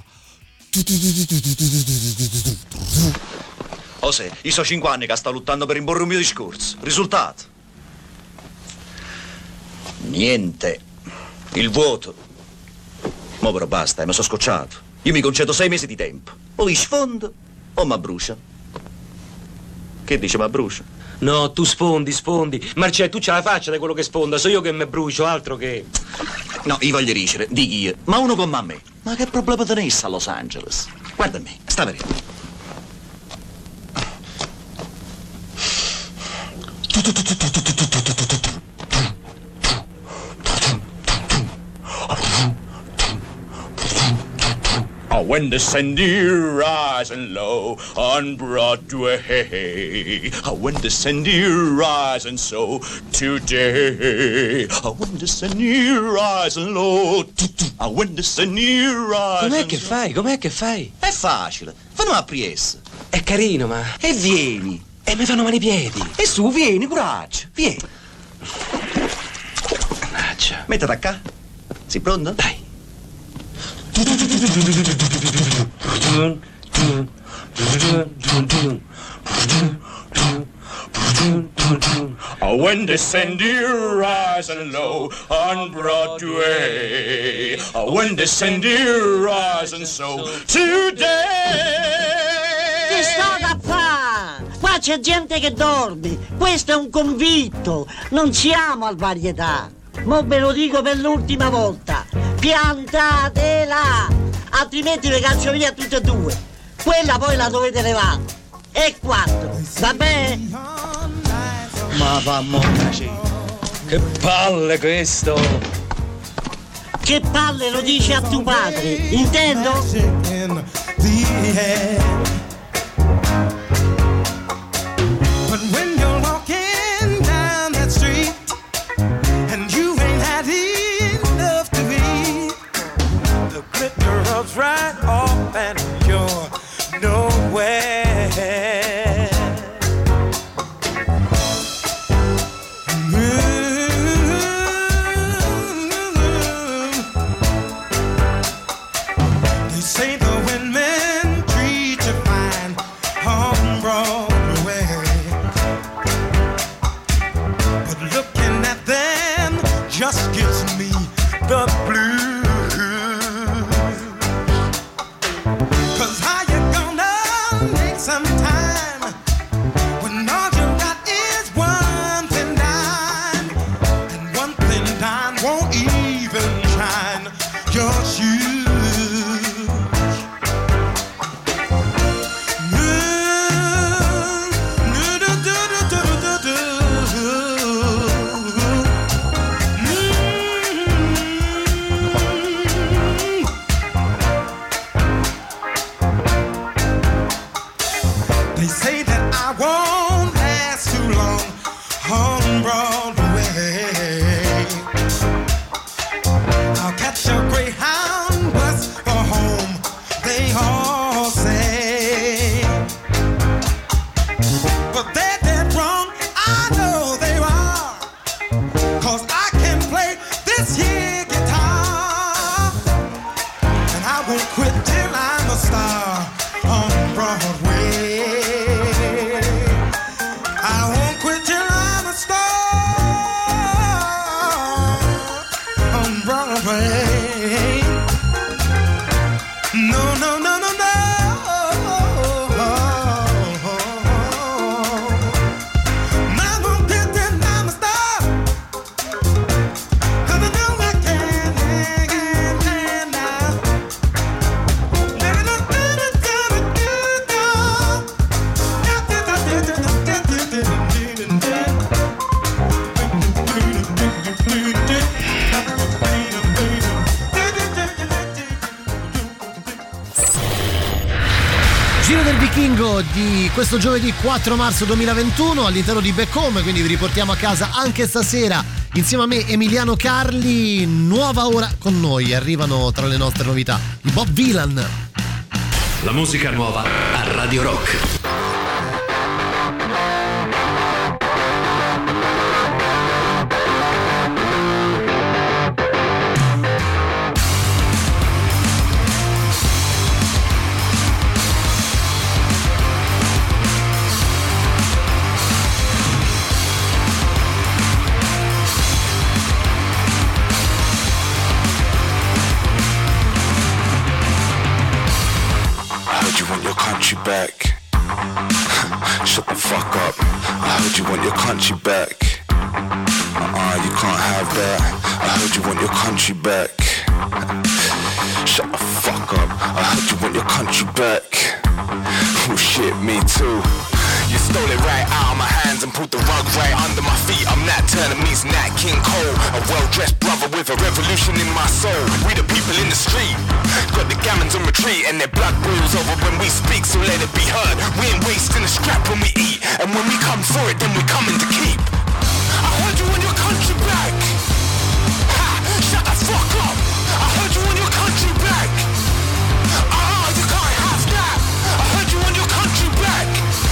Oh sì, io so cinque anni che sto lottando per imporre un mio discorso. Risultato? Niente. Il vuoto. Mo però basta, eh, mi sono scocciato. Io mi concedo sei mesi di tempo. O li sfondo o mi brucia. Che dice mi brucia? No, tu sfondi, sfondi. Marcè, tu c'hai la faccia di quello che sfonda, so io che mi brucio, altro che... No, io voglio dicere, dighi io, ma uno come a me. Ma che problema tenesse a Los Angeles? Guarda me, sta vedendo. Oh, when the sandy rising low on Broadway. Oh, when the sandy rising so today. Oh, when the sandy rising low. Oh, when the sandy rising. Com'è che fai? Com'è che fai? È facile. Fammi una priessa. È carino, ma... E vieni. E mi fanno male i piedi. E su, vieni, coraggio. Vieni. Mannaggia. Mettiti qua. Sei pronto? Dai. Oh, when the sandy rising low on Broadway. Oh, when the sandy rising so today. Che sto da fare? Qua c'è gente che dorme. Questo è un convitto. Non siamo al varietà. Mo ve lo dico per l'ultima volta. Piantatela! Altrimenti vi caccio via tutte e due. Quella poi la dovete levare. E quattro. Va bene? Ma va mortaci. Che palle questo! Che palle lo dici a tuo padre, intendo? But when you're walking down that street and you ain't had enough to eat, the glitter rubs right off and you're nowhere. They say the windmen treat you fine on Broadway, but looking at them just gives me the blues. 'Cause how you gonna make some time when all you got is one thin dime, and one thin dime won't even shine your shoes. They say that I won't last too long on Broadway. I'll catch a Greyhound bus for home, they all say. But they're dead wrong, I know they are. Vichingo di questo giovedì quattro marzo duemilaventuno all'interno di Back Home, quindi vi riportiamo a casa anche stasera insieme a me Emiliano Carli. Nuova ora con noi, arrivano tra le nostre novità i Bob Vylan. La musica nuova a Radio Rock. Country back. Shut the fuck up. I heard you want your country back. Uh-uh, you can't have that. I heard you want your country back. Shut the fuck up. I heard you want your country back. Oh shit, me too. You stole it right out of my hands and put the rug right under my feet. I'm Nat Turner meets Nat King Cole, a well-dressed brother with a revolution in my soul. We the people in the street, got the gammons on retreat and their blood boils over when we speak, so let it be heard. We ain't wasting a scrap when we eat, and when we come for it, then we coming to keep. I heard you want your country back. Ha! Shut the fuck up. I heard you want your country back. Ah, you can't have that. I heard you want your country back.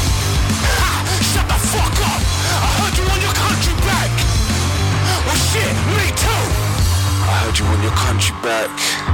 Shut the fuck up! I heard you want your country back! Well shit, me too! I heard you want your country back.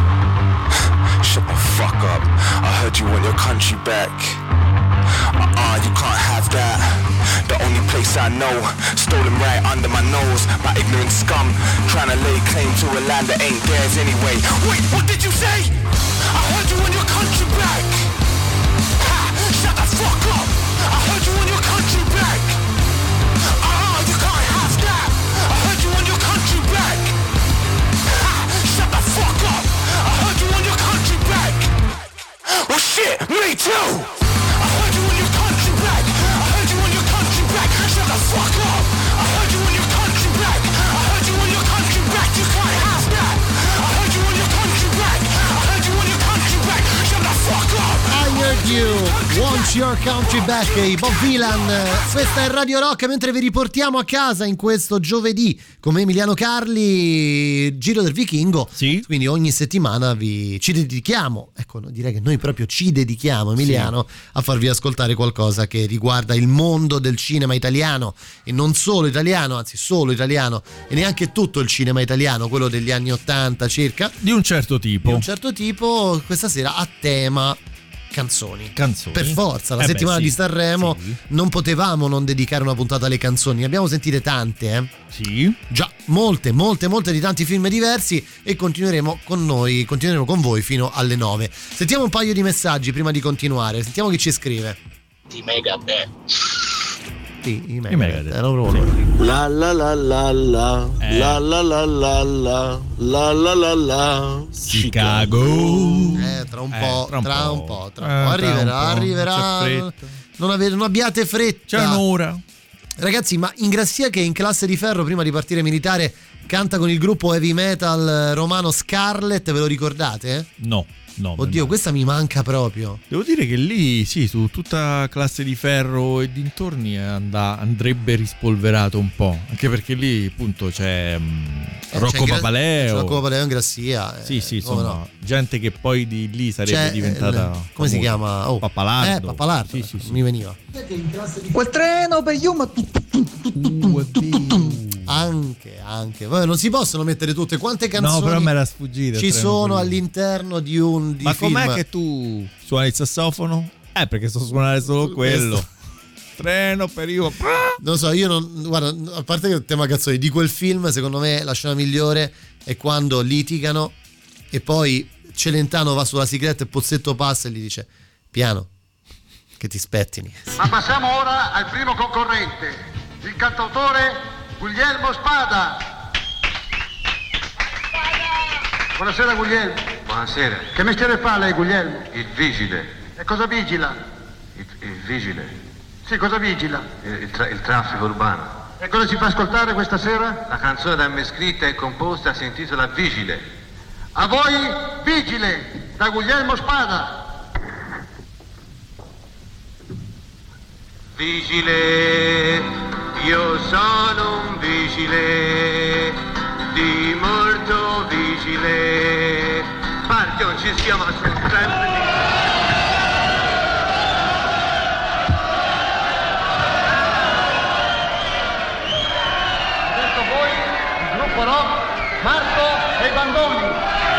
Shut the fuck up. I heard you want your country back. Uh-uh, you can't have that. The only place I know, stolen right under my nose by ignorant scum, trying to lay claim to a land that ain't theirs anyway. Wait, what did you say? I heard you want your country back. Ha! Shut the fuck up! I heard you want your country back. Ah, you can't have that. I heard you want your country back. Ha! Shut the fuck up. I heard you want your country back. Well shit, me too. I heard you want your country back. I heard you want your country back. Shut the fuck up. I heard you want your country back. I heard you want your country back. You can't have that. I heard you want your country back. I heard you want your country back. Shut the fuck up. I heard you want your country back, i Bob Vylan. Questa è Radio Rock, mentre vi riportiamo a casa in questo giovedì come Emiliano Carli, Giro del Vichingo. Sì. Quindi ogni settimana vi ci dedichiamo, ecco, direi che noi proprio ci dedichiamo, Emiliano, sì, a farvi ascoltare qualcosa che riguarda il mondo del cinema italiano, e non solo italiano, anzi solo italiano, e neanche tutto il cinema italiano, quello degli anni ottanta circa, di un certo tipo. Di un certo tipo, questa sera a tema canzoni. Canzoni. Per forza, la eh settimana beh, sì, di Sanremo sì. Non potevamo non dedicare una puntata alle canzoni. Ne abbiamo sentite tante, eh? Sì. Già, molte, molte, molte di tanti film diversi, e continueremo con noi, continueremo con voi fino alle nove. Sentiamo un paio di messaggi prima di continuare. Sentiamo chi ci scrive. Di Megadeth. Sì, i I Megadeth. Erano proprio loro. La la la la la Eh. la la la la la la la la la Chicago. Eh, tra un Eh, po', tra un tra po'. un po', tra Eh, un po'. tra Arriverà, un po'. arriverà. C'è fretta. Non, ave- non abbiate fretta. C'è un'ora. Ragazzi, ma Ingrassia, che in classe di ferro prima di partire militare canta con il gruppo heavy metal romano Scarlet, ve lo ricordate? No. No, Oddio, no. questa mi manca proprio. Devo dire che lì, sì, su tutta classe di ferro e dintorni and- andrebbe rispolverato un po'. Anche perché lì, appunto, c'è um, Eh, Rocco c'è Ingra- Papaleo. c'è Rocco Papaleo in Grassia. Sì, eh, sì, come insomma, no. gente che poi di lì sarebbe C'è, diventata. eh, come si famosa. chiama? Oh. Pappalardo. Eh, Pappalardo. Sì, sì, sì. Mi veniva. Quel treno per Yuma. Anche, anche. Vabbè, non si possono mettere tutte. Quante canzoni No, però me era sfuggita. ci il treno sono per- all'interno di un di Ma film. com'è che tu suoni il sassofono? Eh, perché so suonare solo quello. Questo. Treno per io. Non so, io non. Guarda, a parte che il tema canzoni di quel film, secondo me la scena migliore è quando litigano e poi Celentano va sulla sigaretta e Pozzetto passa e gli dice: piano, che ti spettini. Ma passiamo ora al primo concorrente, il cantautore Guglielmo Spada. Buonasera Guglielmo. Buonasera. Che mestiere fa lei, Guglielmo? Il vigile. E cosa vigila? Il, il vigile. Sì, cosa vigila? Il, il tra- il traffico urbano. E cosa ci fa ascoltare questa sera? La canzone da me scritta e composta si intitola Vigile. A voi, Vigile, da Guglielmo Spada. Vigile, io sono un vigile, di molto vigile, parti non ci sia ma sono sempre adesso voi, il gruppo rock, Marco e i Bandoni.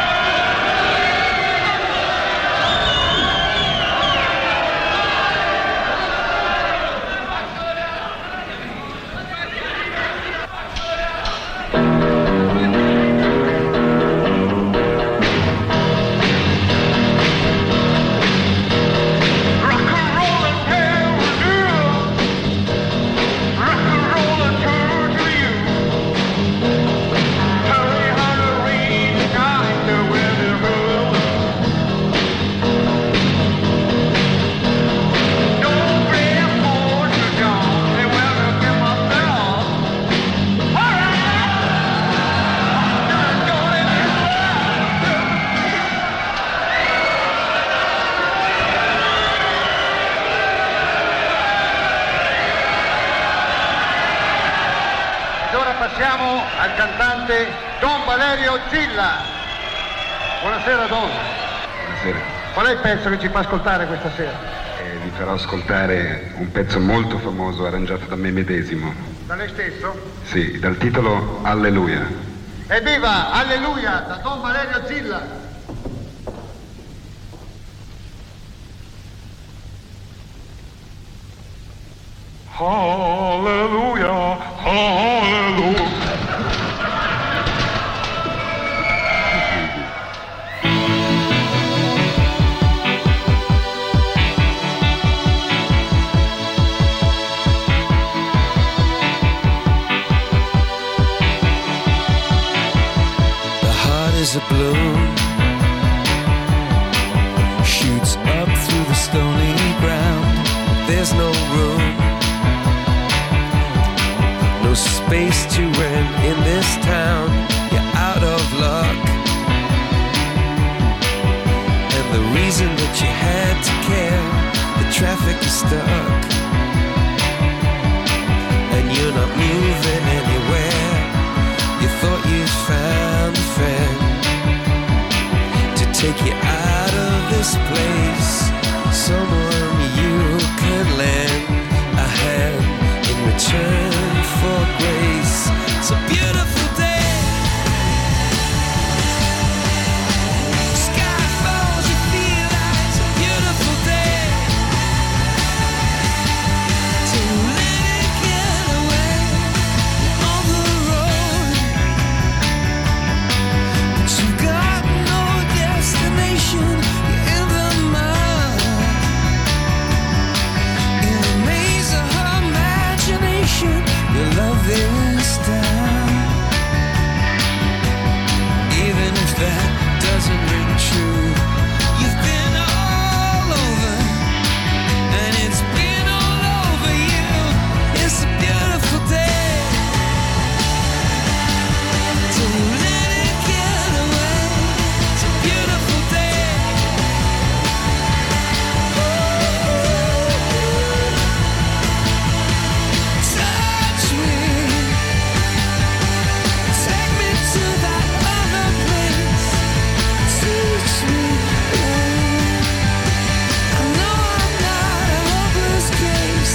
Passiamo al cantante Don Valerio Gilla. Buonasera Don. Buonasera. Qual è il pezzo che ci fa ascoltare questa sera? Eh, vi farò ascoltare un pezzo molto famoso arrangiato da me medesimo. Da lei stesso? Sì, dal titolo Alleluia. Evviva! Alleluia! Da Don Valerio Gilla. Hallelujah, hallelujah. The heart is a balloon, shoots up through the stony ground. There's no room, no space to rent in this town. You're out of luck, and the reason that you had to care, the traffic is stuck, and you're not moving anywhere. You thought you'd found a friend to take you out of this place, someone you can lend a hand in return for grace. It's a beautiful day. Sky falls, you feel like it's a beautiful day. So let it get away on the road, but you've got no destination. You're in the mud, in a maze of imagination. Your love is down, even if that doesn't ring true. You've been all over, and it's been all over you. It's a beautiful day. Don't let it get away. It's a beautiful day. Touch me, take me to that other place. Teach me. I know I'm not a hopeless case.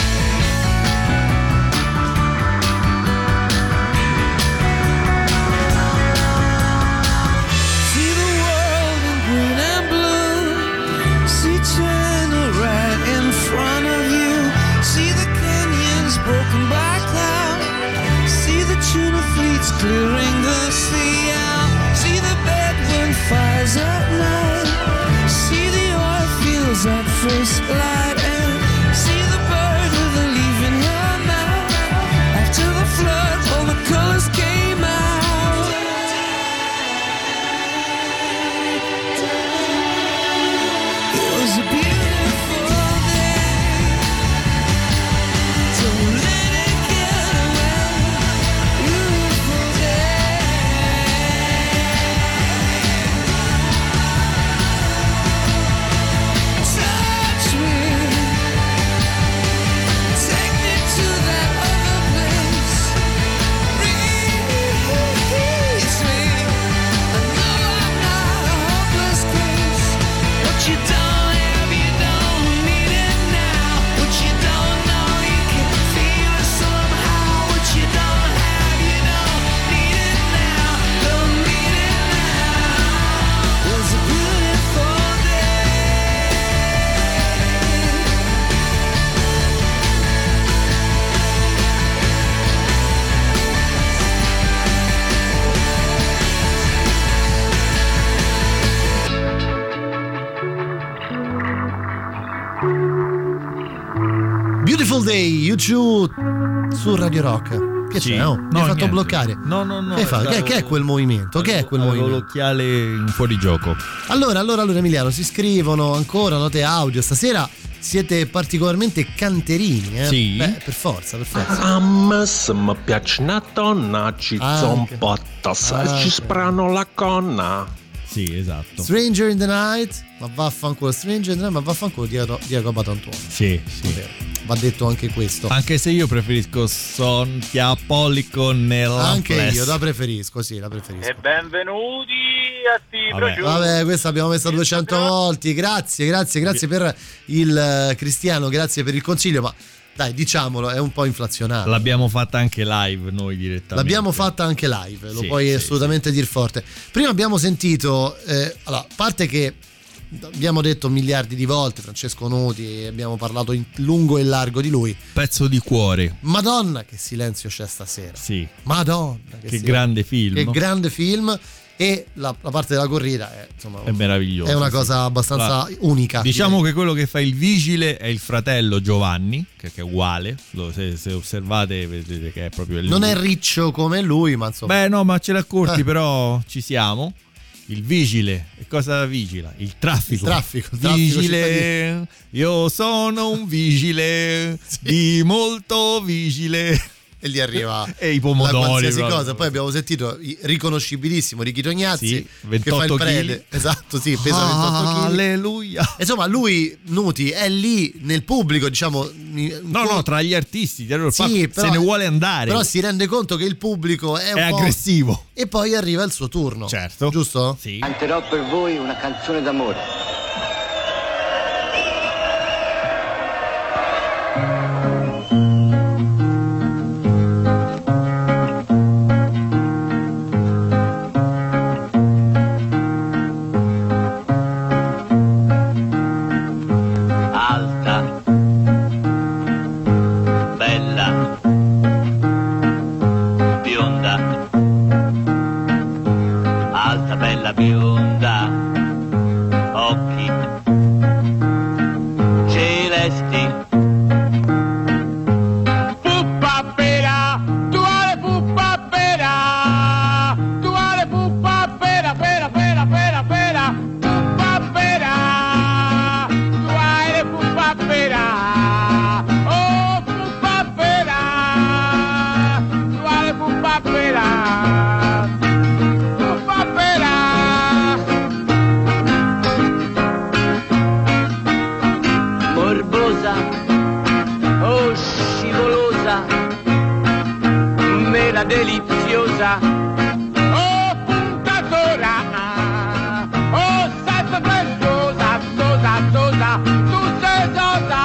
See the world in green and blue. See China right in front of you. See the canyons broken by cloud. See the tuna fleets clearing the sea out. See the bedroom fires at night. See the oil fields at first light. And see the bird with a leaf in her mouth. After the flood, all the colors came out. It was a beautiful day. Don't let it get away. Beautiful day. Beautiful Day, U due su Radio Rock. Che Sì. c'è? Oh, No, mi hai fatto niente. bloccare. No, no, no. Che, fa? stavo- Che, che è quel movimento? Che è quel avevo movimento? l'occhiale in fuorigioco. Allora, allora, allora Emiliano, si scrivono ancora note audio. Stasera siete particolarmente canterini, eh? Sì. Beh, per forza, per forza. A me se mi piace una donna ci Anche. zombotta se Anche. ci sprano la conna. Sì, esatto. Stranger in the Night, ma vaffanculo Stranger in the Night, ma vaffanculo Diego, Diego Batantuono. Sì, sì. Va detto anche questo. Anche se io preferisco Sontia Polico nella Anche Flash. io la preferisco, sì, la preferisco. E benvenuti a Tibro Giù. Vabbè, questa abbiamo messa duecento volte. Grazie, grazie, grazie per il eh, Cristiano, grazie per il consiglio, ma dai, diciamolo, è un po' inflazionato. L'abbiamo fatta anche live noi direttamente. L'abbiamo fatta anche live, lo Sì, puoi sì, assolutamente dir forte. Prima abbiamo sentito, eh, allora, a parte che abbiamo detto miliardi di volte Francesco Nuti, abbiamo parlato in lungo e largo di lui. Pezzo di cuore. Madonna che silenzio c'è stasera. Sì. Madonna che, Che silenzio. grande film. Che grande film. E la, la parte della corrida è, insomma, È meraviglioso. è una sì. cosa abbastanza Allora, unica. Diciamo direi. che quello che fa il vigile è il fratello Giovanni, che, che è uguale. Lo- se, se osservate vedete che è proprio il Non è riccio come lui, ma insomma. Beh, no, ma ce l'ha corti, Eh. però ci siamo. Il vigile, e cosa vigila? Il traffico. Il traffico, il traffico Vigile, io sono un vigile, di molto vigile. E gli arriva E i pomodori, la qualsiasi proprio. cosa. Poi abbiamo sentito i- riconoscibilissimo Ricky Tognazzi, Sì, che fa ventotto il prete. chili. Esatto, sì, pesa ventotto chili. Alleluia. Insomma, lui, Nuti, è lì nel pubblico, diciamo. No, no, tra gli artisti, allora, Sì, fa- se ne vuole andare. Però si rende conto che il pubblico è un È po' aggressivo. E poi arriva il suo turno. Certo. Giusto? Sì. Canterò per voi una canzone d'amore. Alta, bella, bionda, alta, bella, bionda, occhi celesti. Puppa pera, tu ale puppa pera, tu ale puppa pera, pera, pera, pera, pera, puppa pera, tu ale puppa pera, oh puppa pera, tu ale puppa pera, puppa pera. Morbosa, oh scivolosa, mela deliziosa, oh puntatora, oh salsa frescosa, sosa, sosa, tu sei sosa,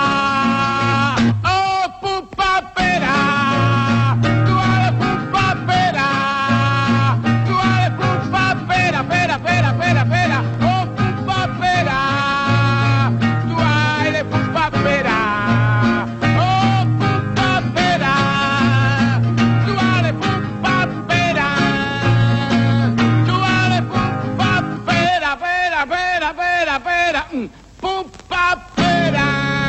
oh puppa pera, tu ale puppa pera, tu ale puppa pera, pera, pera, pera, pera, oh puppa pera, tu ale puppa pera, oh puppa pera, tu ale puppa pera, tu ale puppa pera, pera, pera, pera, pera, mm, puppa pera.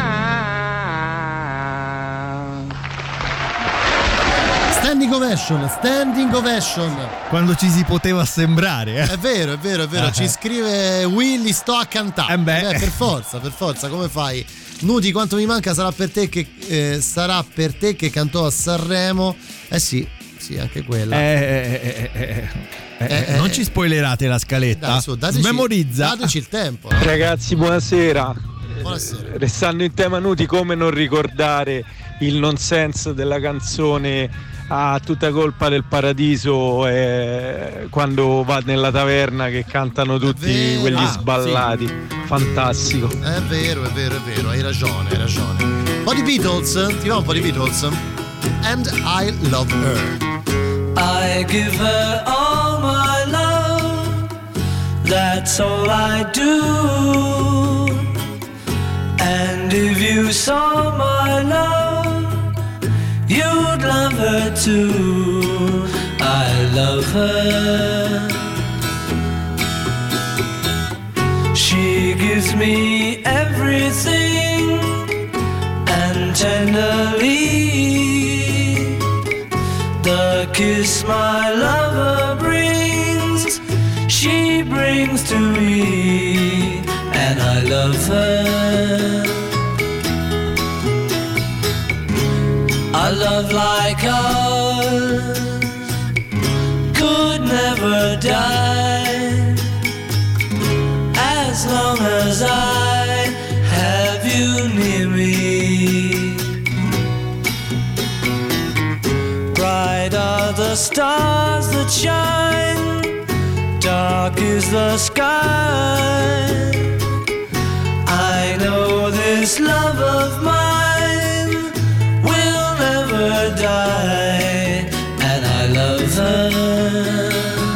Standing ovation, standing ovation. Quando ci si poteva sembrare, eh. È vero, è vero, è vero. Ci scrive Willy, sto a cantare. Eh beh. per forza, per forza, come fai? Nuti, quanto mi manca sarà per te che eh, sarà per te che cantò a Sanremo. Eh sì, sì, anche quella. Eh, eh, eh, eh, eh, eh, Eh, non eh, ci spoilerate la scaletta. Dai, su, dateci, Memorizza. dateci il tempo. no? Ragazzi, buonasera. Buonasera. Restando in tema Nuti, come non ricordare il nonsense della canzone A tutta colpa del paradiso, eh, quando va nella taverna che cantano tutti vero. quegli Ah, sballati. Fantastico. È vero, è vero, è vero, hai ragione, hai ragione. Un po' di Beatles, ti va un po' di Beatles? And I Love Her. I give her all my love, that's all I do. And if you saw my love, you'd love her too. I love her. She gives me everything and tenderly, the kiss my lover brings, she brings to me, and I love her. A love like ours could never die, as long as I have you near me. Bright are the stars that shine, dark is the sky. I know this love of mine will never die, and I love her.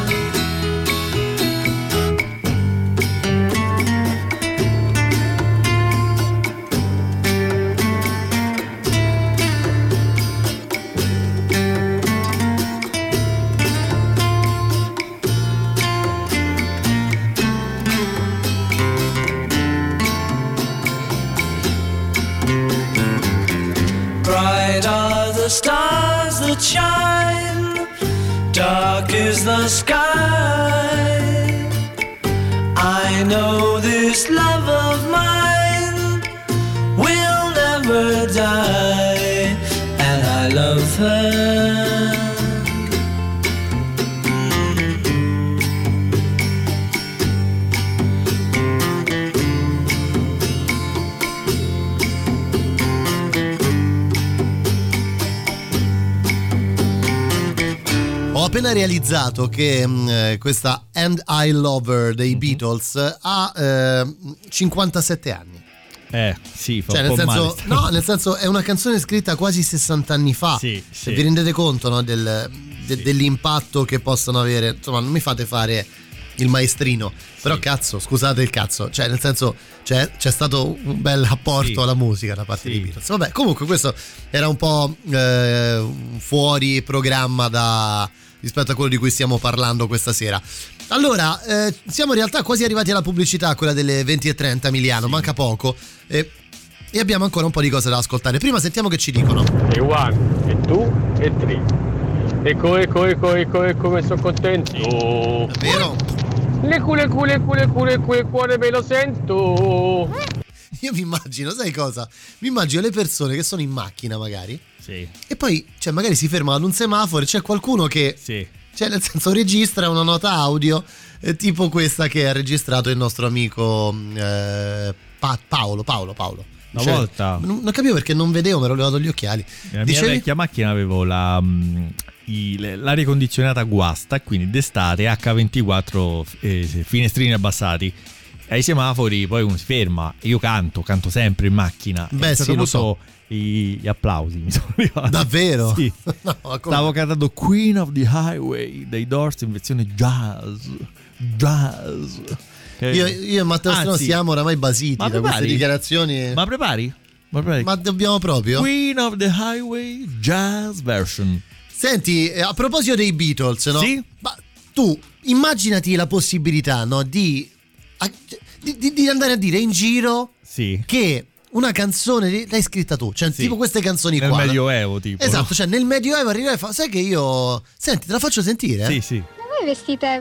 The stars that shine, dark is the sky. I know this love of mine will never die, and I love her. Ho appena realizzato che mh, questa And I Love Her dei mm-hmm. Beatles ha eh, cinquantasette anni. Eh, sì, fa cioè, un nel po' senso, male. no, nel senso è una canzone scritta quasi sessanta anni fa. Sì, Se sì. vi rendete conto, no, del, de, sì. dell'impatto che possono avere. Insomma, non mi fate fare il maestrino, però sì. Cazzo, scusate il cazzo, cioè nel senso c'è, c'è stato un bel apporto sì. alla musica da parte sì. dei Beatles. Vabbè, comunque questo era un po' eh, fuori programma da rispetto a quello di cui stiamo parlando questa sera. Allora, eh, siamo in realtà quasi arrivati alla pubblicità, quella delle venti e trenta, Emiliano, sì. manca poco eh, e abbiamo ancora un po' di cose da ascoltare. Prima sentiamo che ci dicono. E one, e two, e three. Ecco, ecco, ecco, ecco, ecco come sono contento. È vero? Le cule, cule, cule, cule, cule, cuore me lo sento. Io mi immagino, sai cosa? Mi immagino le persone che sono in macchina magari sì. e poi cioè, magari si fermano ad un semaforo e c'è qualcuno che sì. cioè nel senso registra una nota audio eh, tipo questa che ha registrato il nostro amico eh, pa- Paolo Paolo Paolo una cioè, volta non, non capivo perché non vedevo, mi ero levato gli occhiali. nella Dicevi? mia vecchia macchina avevo la mh, il, l'aria condizionata guasta, quindi d'estate acca ventiquattro eh, finestrini abbassati. Ai semafori poi uno si ferma e io canto, canto sempre in macchina. Beh, sì, lo so. Gli applausi mi sono arrivati. Davvero? Sì. No, stavo cantando Queen of the Highway dei Doors in versione jazz. Jazz. Io, io e Matteo Strano siamo oramai basiti Ma da prepari? queste dichiarazioni. Ma prepari? Ma prepari? Ma dobbiamo proprio? Queen of the Highway jazz version. Senti, a proposito dei Beatles, no? Sì? Ma tu immaginati la possibilità, no, di, di, di, di andare a dire in giro sì. che una canzone l'hai scritta tu, cioè sì. tipo queste canzoni nel qua. Nel Medioevo, tipo. Esatto, no? cioè nel Medioevo arriva e fa, sai che io... Senti, te la faccio sentire? Sì, sì. Ma voi vestite...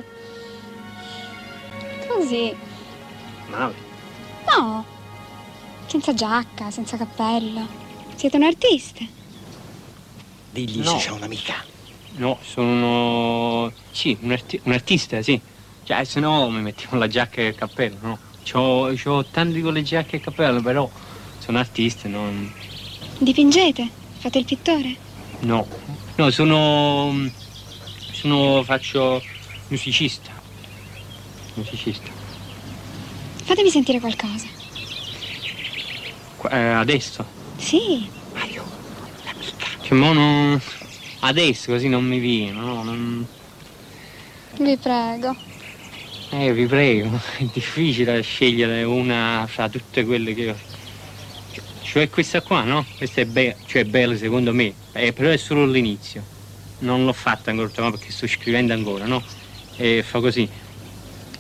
così? Male. No, senza giacca, senza cappello. Siete un artista? Digli No. se c'è un'amica. No, sono... sì, un, arti- un artista, sì. Cioè, se no mi mettiamo la giacca e il cappello, no? C'ho, c'ho tanti con le giacche e il cappello, però sono artista, non... Dipingete? Fate il pittore? No, no, sono... sono... faccio... musicista. Musicista. Fatemi sentire qualcosa. Qua- eh, adesso? Sì. Che mo non... adesso così non mi viene, no? Non... Vi prego. Eh, vi prego, è difficile scegliere una fra tutte quelle che ho. Cioè questa qua, no? Questa è bella, cioè è bella secondo me, eh, però è solo l'inizio. Non l'ho fatta ancora, ma perché sto scrivendo ancora, no? E fa così.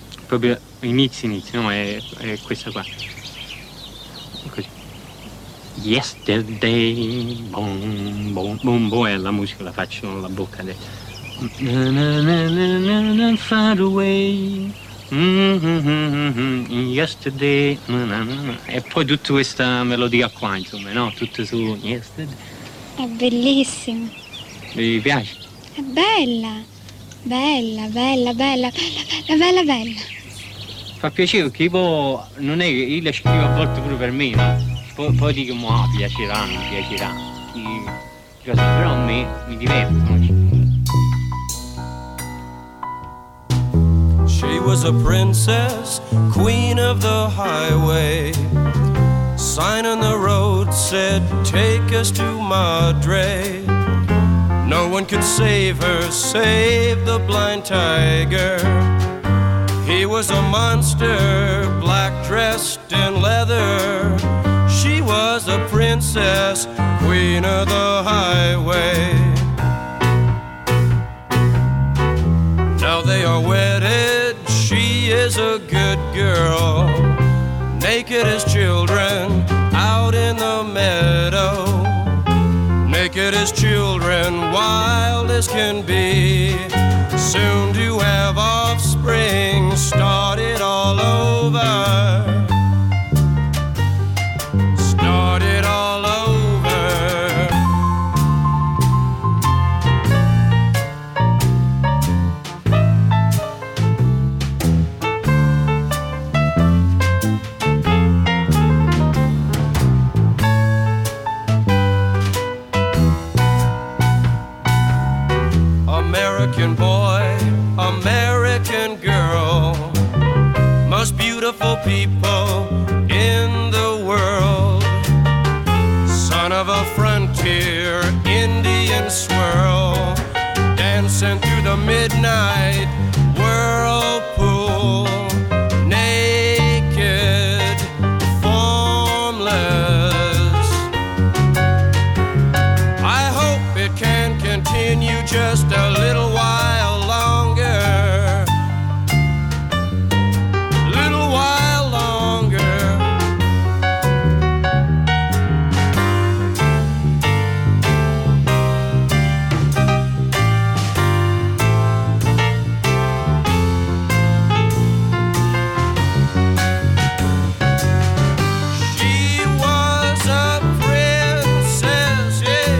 Proprio inizio inizio, no? È, è questa qua. Così. Yesterday, boom, boom, boom, boom, e la musica la faccio con la bocca. De... Na, na, na, na, na, far away, mm-hmm, yesterday, na, na, na. E poi tutta questa melodia qua, insomma, no? Tutto su yesterday. È bellissimo. Mi piace? È bella, bella, bella, bella, bella, bella, bella, bella. Fa piacere, tipo, non è che io la scrivo a volte pure per me, no? Poi, poi dico, ma piacerà, non piacerà. Però a me mi divertono. She was a princess, queen of the highway. Sign on the road said, take us to Madre. No one could save her, save the blind tiger. He was a monster, black dressed in leather. She was a princess, queen of the highway. Now they are wedded, she is a good girl. Naked as children, out in the meadow. Naked as children, wild as can be. Soon to have offspring, start it all over. Start it all over. American boy, American girl, most beautiful people in the world. Son of a frontier Indian swirl, dancing through the midnight whirlpool. Naked, formless. I hope it can continue just a little while longer. Little while longer. She was a princess, yeah.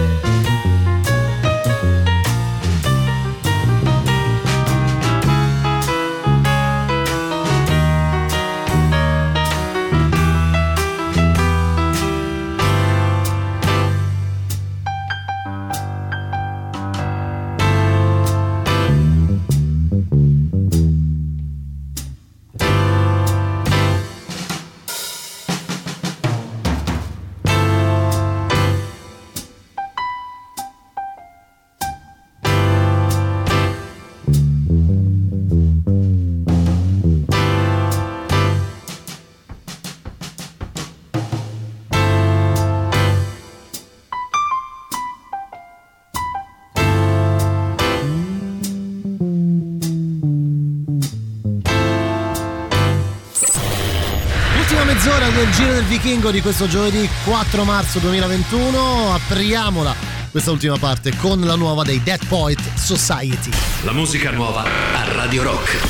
Ultima mezz'ora del Giro del Vichingo di questo giovedì quattro marzo duemilaventuno. Apriamola questa ultima parte con la nuova dei Dead Poet Society. La musica nuova a Radio Rock.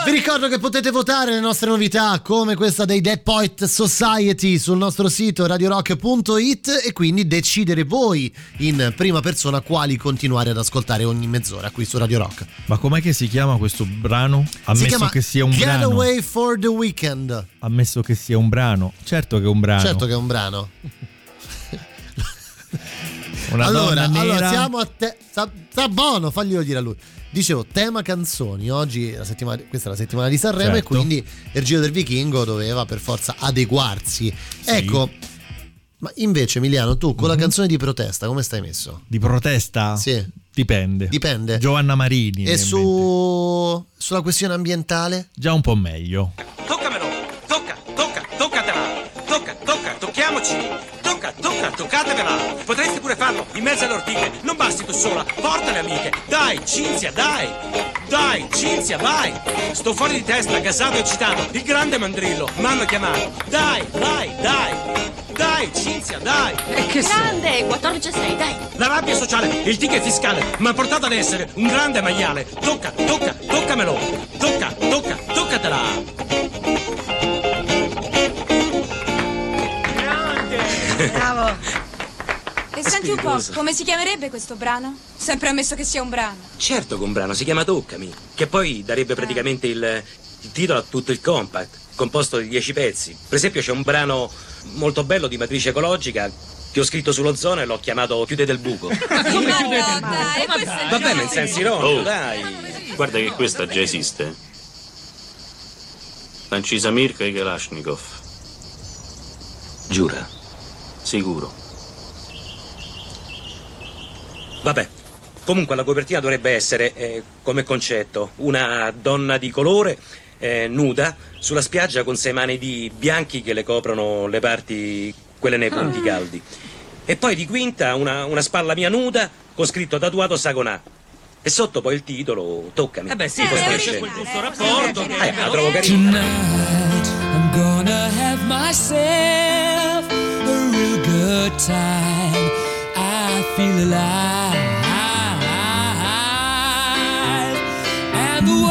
Vi ricordo che potete votare le nostre novità come questa dei Dead Poet Society sul nostro sito radio rock punto it e quindi decidere voi in prima persona quali continuare ad ascoltare ogni mezz'ora qui su Radio Rock. Ma com'è che si chiama questo brano? Ammesso che sia un brano. Getaway for the Weekend. Ammesso che sia un brano. Certo che è un brano. Certo che è un brano. Una allora, donna nera. allora siamo a te. Sta, sta buono, faglielo dire a lui. Dicevo, tema canzoni. Oggi la settimana, questa è la settimana di Sanremo, certo. E quindi il Giro del Vichingo doveva per forza adeguarsi. Sì. Ecco, ma invece Emiliano, tu con mm-hmm. la canzone di protesta come stai messo? Di protesta? Sì. Dipende. Dipende. Giovanna Marini. E su sulla questione ambientale? Già un po' meglio. Toccamelo, tocca, tocca, toccatela. Tocca, tocca, tocchiamoci. Tocca, tocca, toccatevela. Potresti pure farlo in mezzo alle ortiche. Non basti tu sola, porta le amiche. Dai, Cinzia, dai. Dai, Cinzia, vai. Sto fuori di testa, gasato e eccitato. Il grande mandrillo, m'hanno chiamato. Dai, vai, dai. Dai, Cinzia, dai. E che grande, quattordici a sei, dai. La rabbia sociale, il ticket fiscale mi ha portato ad essere un grande maiale. Tocca, tocca, toccamelo. Tocca, tocca, toccatela. Bravo. E senti un po', come si chiamerebbe questo brano? Sempre ammesso che sia un brano. Certo che un brano, si chiama Toccami, che poi darebbe praticamente il, il titolo a tutto il compact, composto di dieci pezzi. Per esempio c'è un brano molto bello di matrice ecologica che ho scritto sull'ozono e l'ho chiamato Chiude del buco. Come no, dai, vabbè, ma in senso ironico, oh, dai. Guarda che questa già esiste. L'ha incisa Mirka e Kalashnikov. Giura? Sicuro. Vabbè, comunque la copertina dovrebbe essere, eh, come concetto, una donna di colore, eh, nuda, sulla spiaggia con sei mani bianchi che le coprono le parti, quelle nei punti caldi. E poi di quinta una, una spalla mia nuda con scritto tatuato Sagonà. E sotto poi il titolo Toccami. Eh beh sì, perché c'è quel giusto rapporto. Eh, la trovo carina. Tonight I'm gonna have myself a real good time. I feel alive. And the world,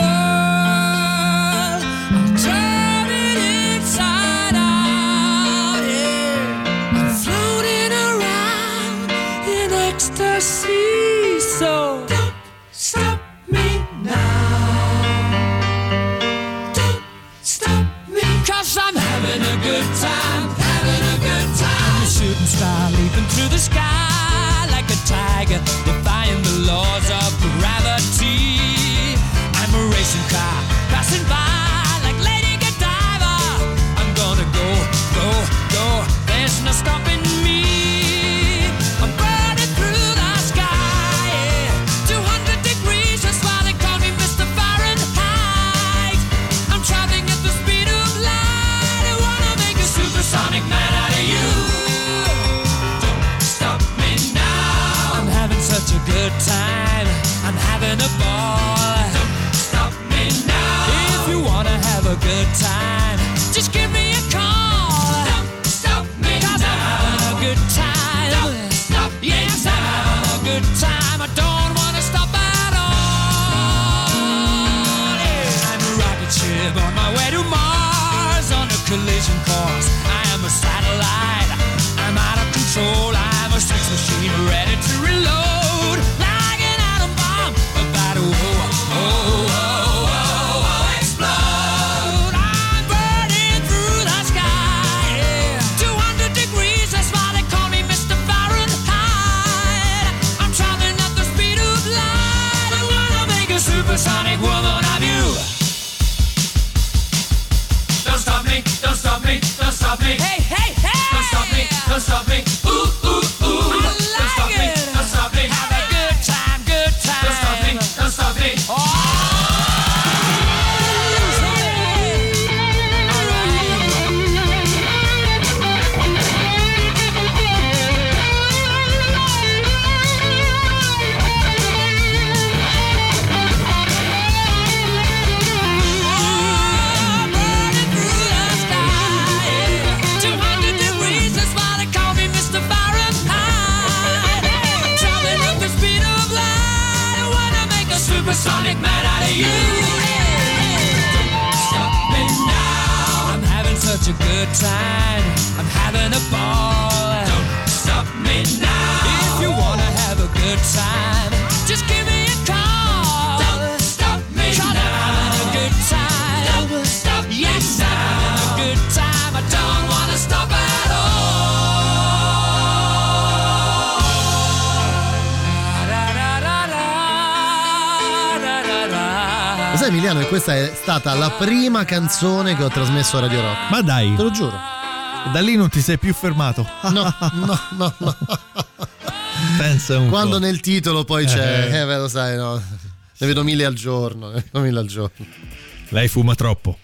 I'll turn it inside out. Yeah. I'm floating around in ecstasy. So don't stop me now. Don't stop me. 'Cause I'm having a good time. Having a good time. A shooting star leaping through the sky like a tiger, defying the laws of gravity. I'm a racing car passing by like Lady Godiva. I'm gonna go, go, go. There's no stopping me. I'm burning through the sky, yeah. two hundred degrees, that's why they call me Mister Fahrenheit. I'm traveling at the speed of light. I wanna make a supersonic man out of you. Don't stop me now. I'm having such a good time. I'm having a ball. Don't stop me now. If you wanna have a good time, just give me a call. Don't stop me 'cause now. I'm having a good time. Don't stop me yes, now. I'm having a good time. I don't wanna stop at all. Yeah. I'm a rocket ship on my way to Mars on a collision course. I am a satellite. I'm out of control. I'm a sex machine ready to reload. Like an atom bomb about to oh, oh, oh, oh, oh, explode. I'm burning through the sky. Yeah. two hundred degrees, that's why they call me Mister Fahrenheit. I'm traveling at the speed of light. I wanna make a supersonic woman of you. Don't stop me, don't stop me, don't stop me. Hey, hey, hey! Don't stop me, don't stop me. Ooh, ooh, ooh. I like don't stop it. me, don't stop me. Have a good time, good time. Don't stop me, don't stop me. Oh! two good time. I'm having a ball. Don't stop me now. If you wanna have a good time, just give me a call. Don't stop me now. I'm having a good time. Don't stop me now. Yes, I'm having a good time. I don't wanna stop at all. Lo sai Emiliano che questa è stata la prima canzone che ho trasmesso a Radio Rock? Ma dai, te lo giuro. Da lì non ti sei più fermato. No, no, no, no. Pensa un Quando po'. nel titolo poi c'è, Eh. eh, beh, lo sai, no. Ne vedo mille al giorno, ne vedo mille al giorno. Lei fuma troppo.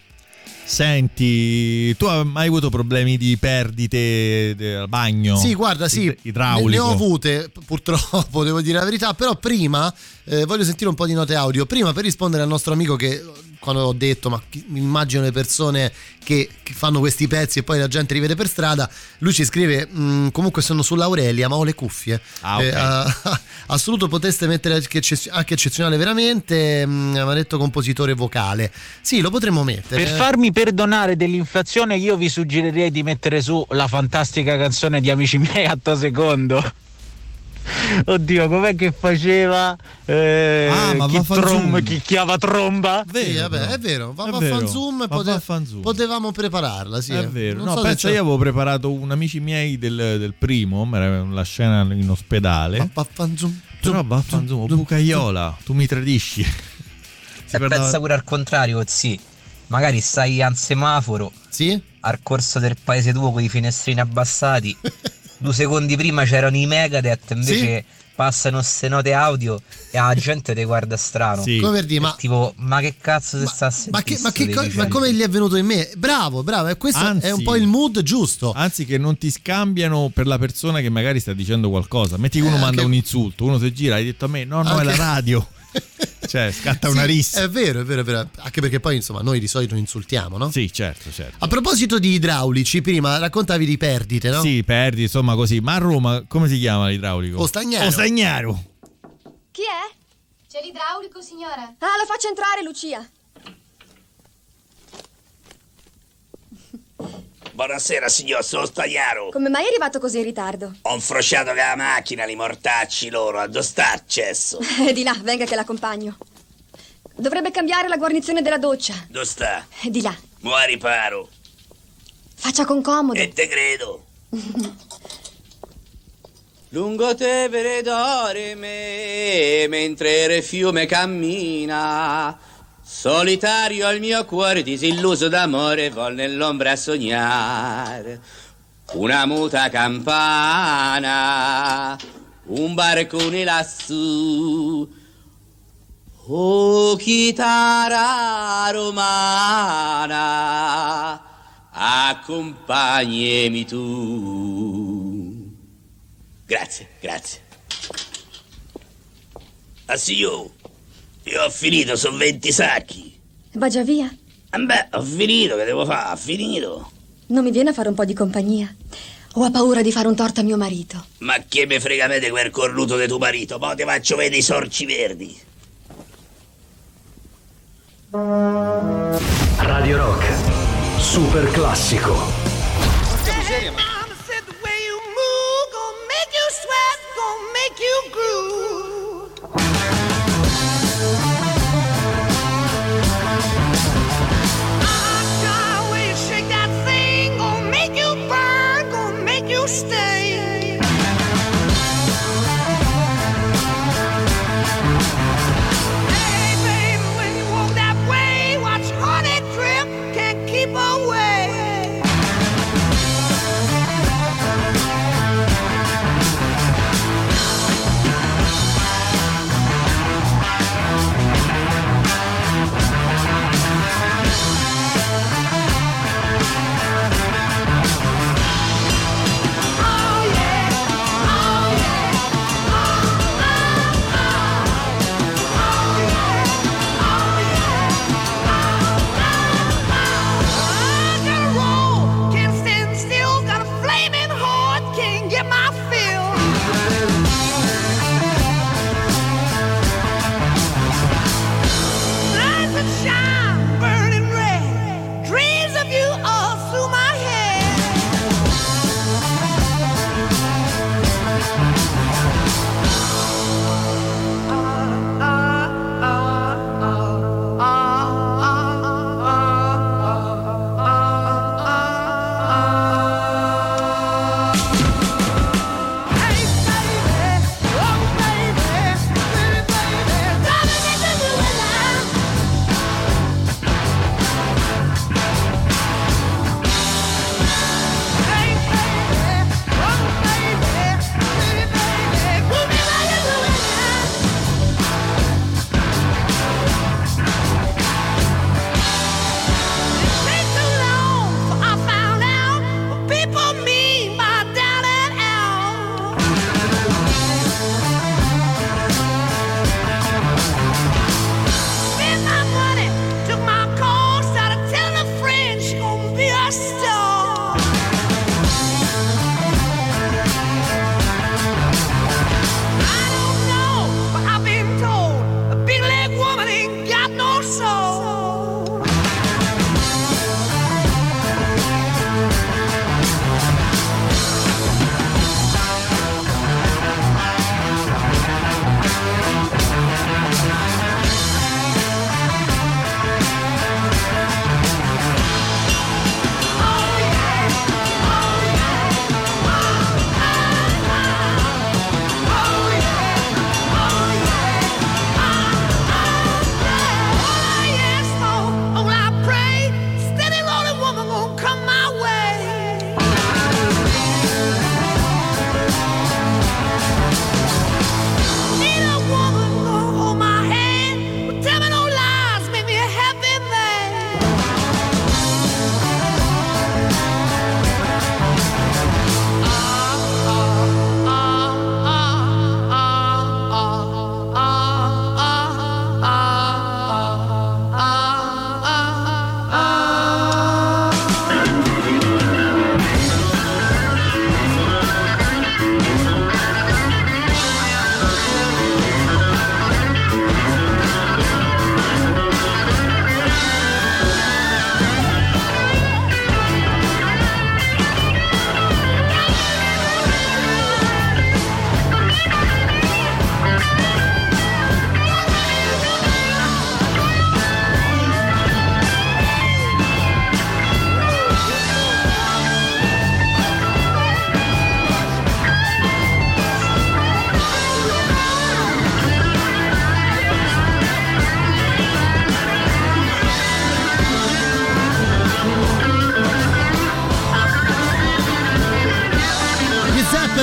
Senti, tu hai mai avuto problemi di perdite al bagno? Sì, guarda, sì, Id- idraulico. ne ho avute purtroppo, devo dire la verità, però prima eh, voglio sentire un po' di note audio, prima per rispondere al nostro amico che quando ho detto ma chi, mi immagino le persone che, che fanno questi pezzi e poi la gente li vede per strada, lui ci scrive comunque sono sull'Aurelia ma ho le cuffie. Ah, okay. eh, ah, assoluto, poteste mettere anche, eccez- anche eccezionale veramente, mi ha detto compositore vocale. Sì, lo potremmo mettere. Per farmi perdonare dell'inflazione io vi suggerirei di mettere su la fantastica canzone di Amici miei atto secondo. Oddio, com'è che faceva? Eh, ah, ma chi, va trom- chi chiava tromba? Vero, sì, vabbè, è vero, va, è va vero. fan zoom, Va pote- va fan zoom. potevamo prepararla, sì. È vero. Non No, so pensa, se io avevo preparato un Amici miei del, del primo, era la scena in ospedale. Va, va fan zoom, Però zoom, va fan zoom, zoom, Bucaiola, tu mi tradisci. E parlava... pensa pure al contrario, sì. Magari stai al semaforo, sì? Al corso del paese tuo con i finestrini abbassati. Due secondi prima c'erano i Megadeth, invece sì? Passano ste note audio e la gente ti guarda strano. Sì. Come per dire, ma tipo, ma che cazzo si sta a ma, che, sentire? ma, che co- ma come gli è venuto in me? Bravo, bravo, e questo Anzi, è un po' il mood giusto. Anzi, che non ti scambiano per la persona che magari sta dicendo qualcosa. Metti che uno Eh, manda anche- un insulto, uno si gira, hai detto a me, no, no, Anche- è la radio. Cioè, scatta Sì, una rissa. È vero, è vero, è vero. Anche perché poi, insomma, noi di solito insultiamo, no? Sì, certo, certo. A proposito di idraulici, prima raccontavi di perdite, no? Sì, perdi, insomma, così. Ma a Roma come si chiama l'idraulico? Ostagnaro. Ostagnaro. Chi è? C'è l'idraulico, signora. Ah, lo faccio entrare, Lucia. Buonasera, signor, sono Stagliaro. Come mai è arrivato così in ritardo? Ho infrosciato con la macchina, li mortacci loro. A dove sta accesso? Eh, di là, venga che l'accompagno. Dovrebbe cambiare la guarnizione della doccia. Dove sta? Eh, di là. Mo' a riparo. Faccia con comodo. E te credo. Lungo Tevere dorme mentre il fiume cammina. Solitario al mio cuore disilluso d'amore vol nell'ombra a sognare. Una muta campana, un barcone lassù. Oh, chitarra romana, accompagnami tu. Grazie, grazie. Ah, signor, io ho finito, sono venti sacchi. Va già via? Eh beh, ho finito, che devo fare? Ho finito. Non mi viene a fare un po' di compagnia? Ho paura di fare un torto a mio marito. Ma che me frega me di quel cornuto di tuo marito? Poi ti faccio vedere i sorci verdi. Radio Rock, super classico. Stay. Hey, baby, when you walk that way, watch honey drip, can't keep away.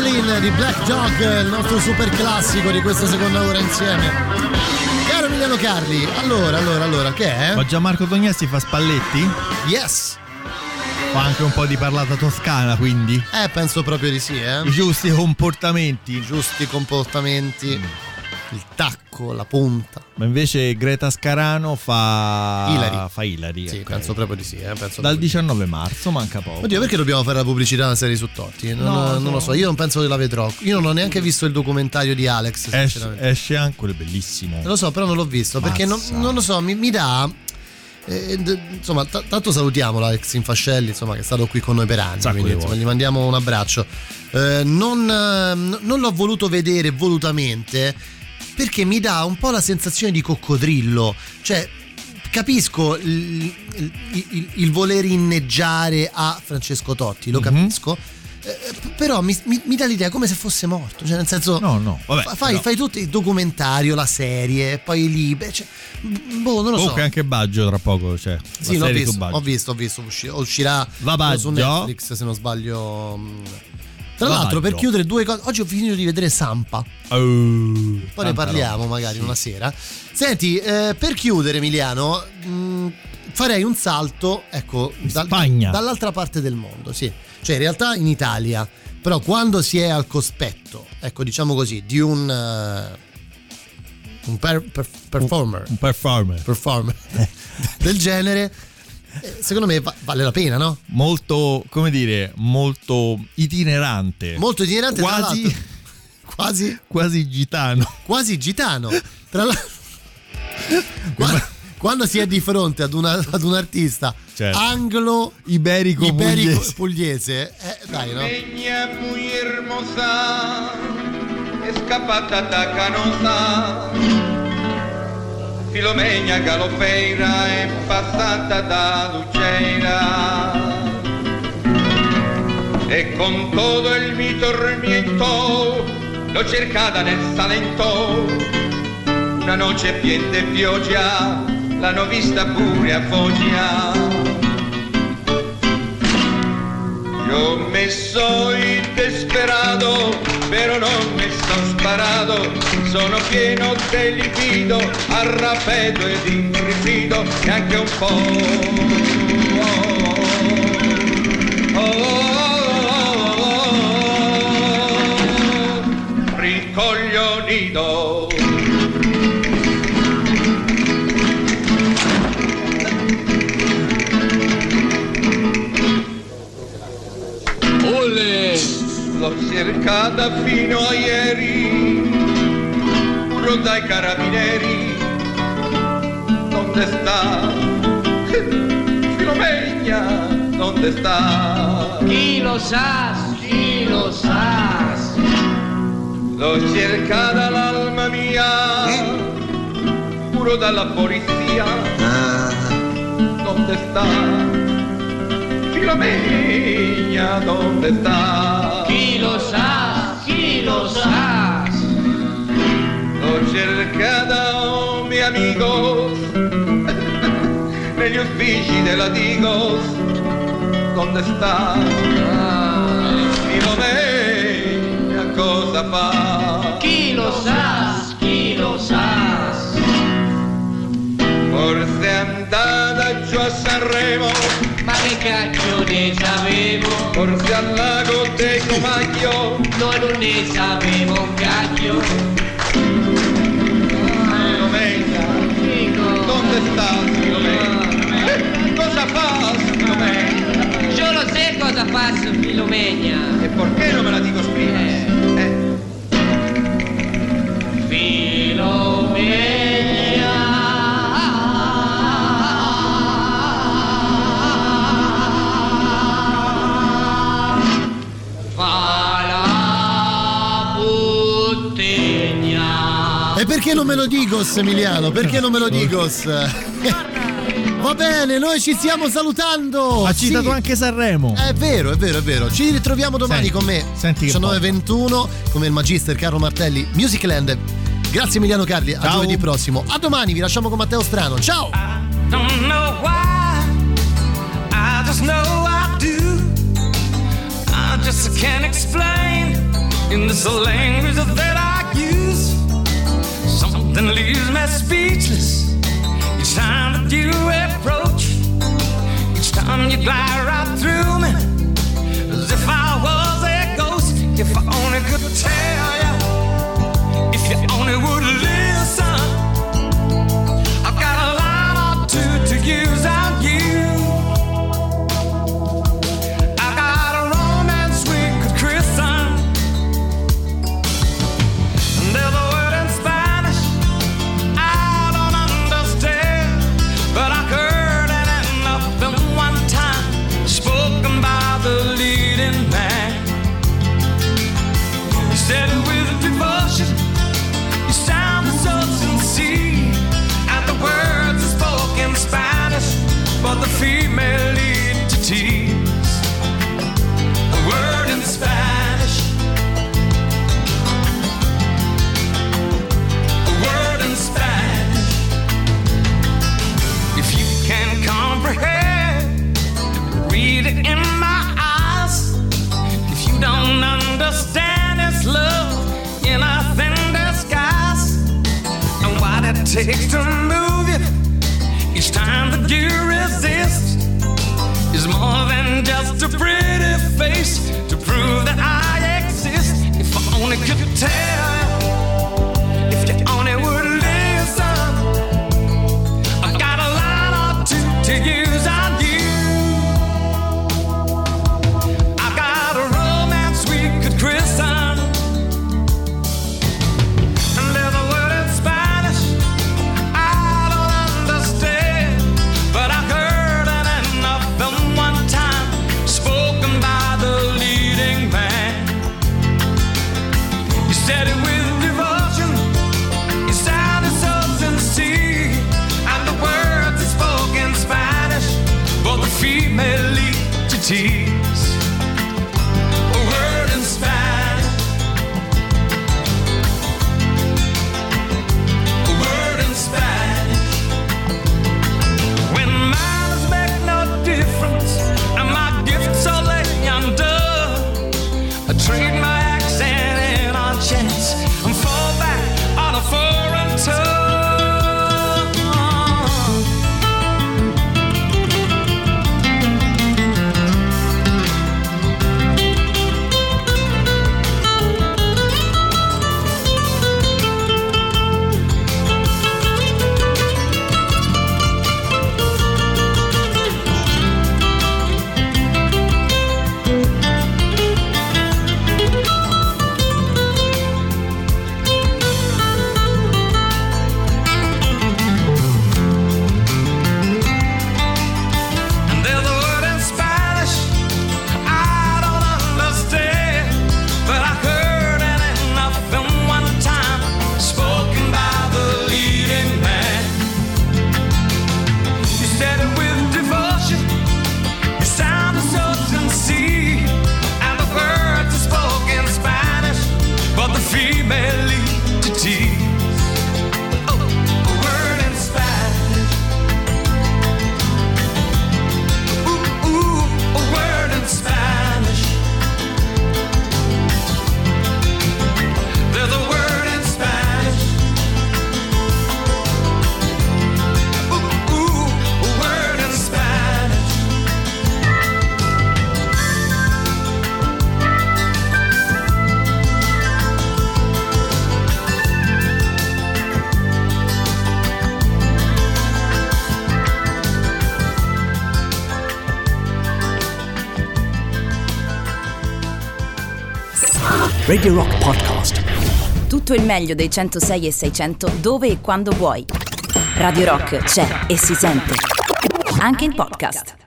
Adrenaline di Black Dog, il nostro super classico di questa seconda ora insieme. Caro Emiliano Carli, allora, allora, allora, che è? Ma Gianmarco Tognesti fa Spalletti? Yes. Fa anche un po' di parlata toscana, quindi? Eh, penso proprio di sì, eh. I giusti comportamenti. I giusti comportamenti. Mm. Il tacco, la punta. Ma invece Greta Scarano fa Ilari. Fa Ilari. Sì, okay. penso proprio di sì. Eh, penso Dal di diciannove marzo, manca poco. Oddio, perché dobbiamo fare la pubblicità della serie su Totti? Non, no, non no. lo so, io non penso che la vedrò. Io non ho neanche visto il documentario di Alex. Esce, esce anche quello bellissimo. Lo so, però non l'ho visto. Mazza. Perché non, non lo so, mi, mi dà. Eh, d- insomma, t- tanto salutiamo l'Alex Infascelli, insomma, che è stato qui con noi per anni. Quindi, insomma, gli mandiamo un abbraccio. Eh, non, eh, non l'ho voluto vedere volutamente, perché mi dà un po' la sensazione di coccodrillo. Cioè, capisco il, il, il, il voler inneggiare a Francesco Totti, lo mm-hmm. capisco, eh, però mi, mi, mi dà l'idea come se fosse morto. Cioè, nel senso, no, no, vabbè, fai, no. fai tutto il documentario, la serie, poi lì, beh, cioè, boh, non lo Comunque so. anche Baggio tra poco, cioè, sì, l'ho visto, ho visto, ho visto, uscirà, uscirà su Netflix, se non sbaglio. Tra Va l'altro, Baggio. per chiudere due cose, oggi ho finito di vedere Sampa. Uh, Poi ne parliamo roba. magari sì. una sera. Senti, eh, per chiudere, Emiliano, mh, farei un salto, ecco, dal, Spagna. dall'altra parte del mondo, sì. Cioè, in realtà in Italia, però quando si è al cospetto, ecco, diciamo così, di un uh, un per, per, performer, un performer, performer del genere, secondo me va- vale la pena, no? Molto, come dire, molto itinerante. Molto itinerante, quasi, quasi, quasi gitano. Quasi gitano. Tra l'altro, quando, quando si è di fronte ad, una, ad un artista certo. anglo iberico, iberico pugliese, pugliese eh, dai, no? Peña muy hermosa, escapata da Canosa, Filomena Galofeira è passata da Luceira e con todo el mi tormento l'ho cercata nel Salento. Una noche piena de pioggia l'hanno vista pure a Foggia. Yo me soy desperado, pero non me son sparato. Sono pieno de liquido, arrabbiato ed intrifido, e anche un po' oh, oh, oh, oh, oh, ricoglionito. L'ho cercata fino a ieri, puro dai carabinieri. Donde sta? Filomena, donde sta? Chi lo sa, chi lo sa. L'ho cercata l'alma mia, puro dalla polizia. Donde sta? Filomena, donde sta? Chi lo sa, chi lo sa. L'ho cercata, oh, mi amigo, negli uffici della Digos. Donde sta? Filomena, cosa fa? Chi lo sa, chi lo sa. Forse è andata giù a Sanremo, ma che cacchio ne sapevo? Forse al lago dei Comagno, noi non ne sapevo un cacchio. Filomena, dove sta Filomena? Eh, cosa fa Filomena? Io lo so cosa fa Filomena. E perché non me la dico scrivere? Eh. Filomena. E perché non me lo digos, Emiliano? Perché non me lo digos? Va bene, noi ci stiamo salutando. Ha citato sì. anche Sanremo. È vero, è vero, è vero. Ci ritroviamo domani senti, con me diciannove e ventuno come il Magister Carlo Martelli Musicland. Grazie Emiliano Carli, a giovedì prossimo. A domani, vi lasciamo con Matteo Strano. Ciao. I don't know why, I just know I do. I just can't explain It's the language that I use. Something leaves me speechless each time that you approach. Each time you glide right through me, as if I was a ghost. If I only could tell you, if you only would listen. I've got a line or two to use on you. I got a romance we could christen. And there's a word in Spanish I don't understand, but I heard it enough in one time, spoken by the leading man. He said it with devotion, you sounded so sincere, and the words are spoken Spanish, but the female lead to tears. A word in Spanish, a word in Spanish. If you can comprehend, read it in my eyes. If you don't understand, it's love in a thin disguise. And what it takes to move you each time that you resist is more than just a pretty face to prove that I exist. If I only could tell you, if you only would listen. I got a line or two to use on you. I got a romance we could christen. And there's a word in Spanish I don't understand, but I heard it enough in one time, spoken by the leading man. You said it with devotion, you sounded so sincere, and the words are spoken Spanish, but the female lead to tears. A word in Spanish, a word in Spanish. When manners make no difference and my gifts are lay undone, I trade my accent in on chance and fall back on a foreign tongue. And there's a word in Spanish I don't understand, but I heard it enough in one time, spoken by the leading man. You said it with devotion, you sounded so sincere, and the words are spoken Spanish, but the female lead to tears. Oh, a word in Spanish. Ooh, ooh, a word in Spanish. There's a word in Spanish. Ooh, ooh, a word in Spanish. Radio Rock Podcast. Tutto il meglio dei centosei e seicento dove e quando vuoi. Radio Rock c'è e si sente. Anche in podcast.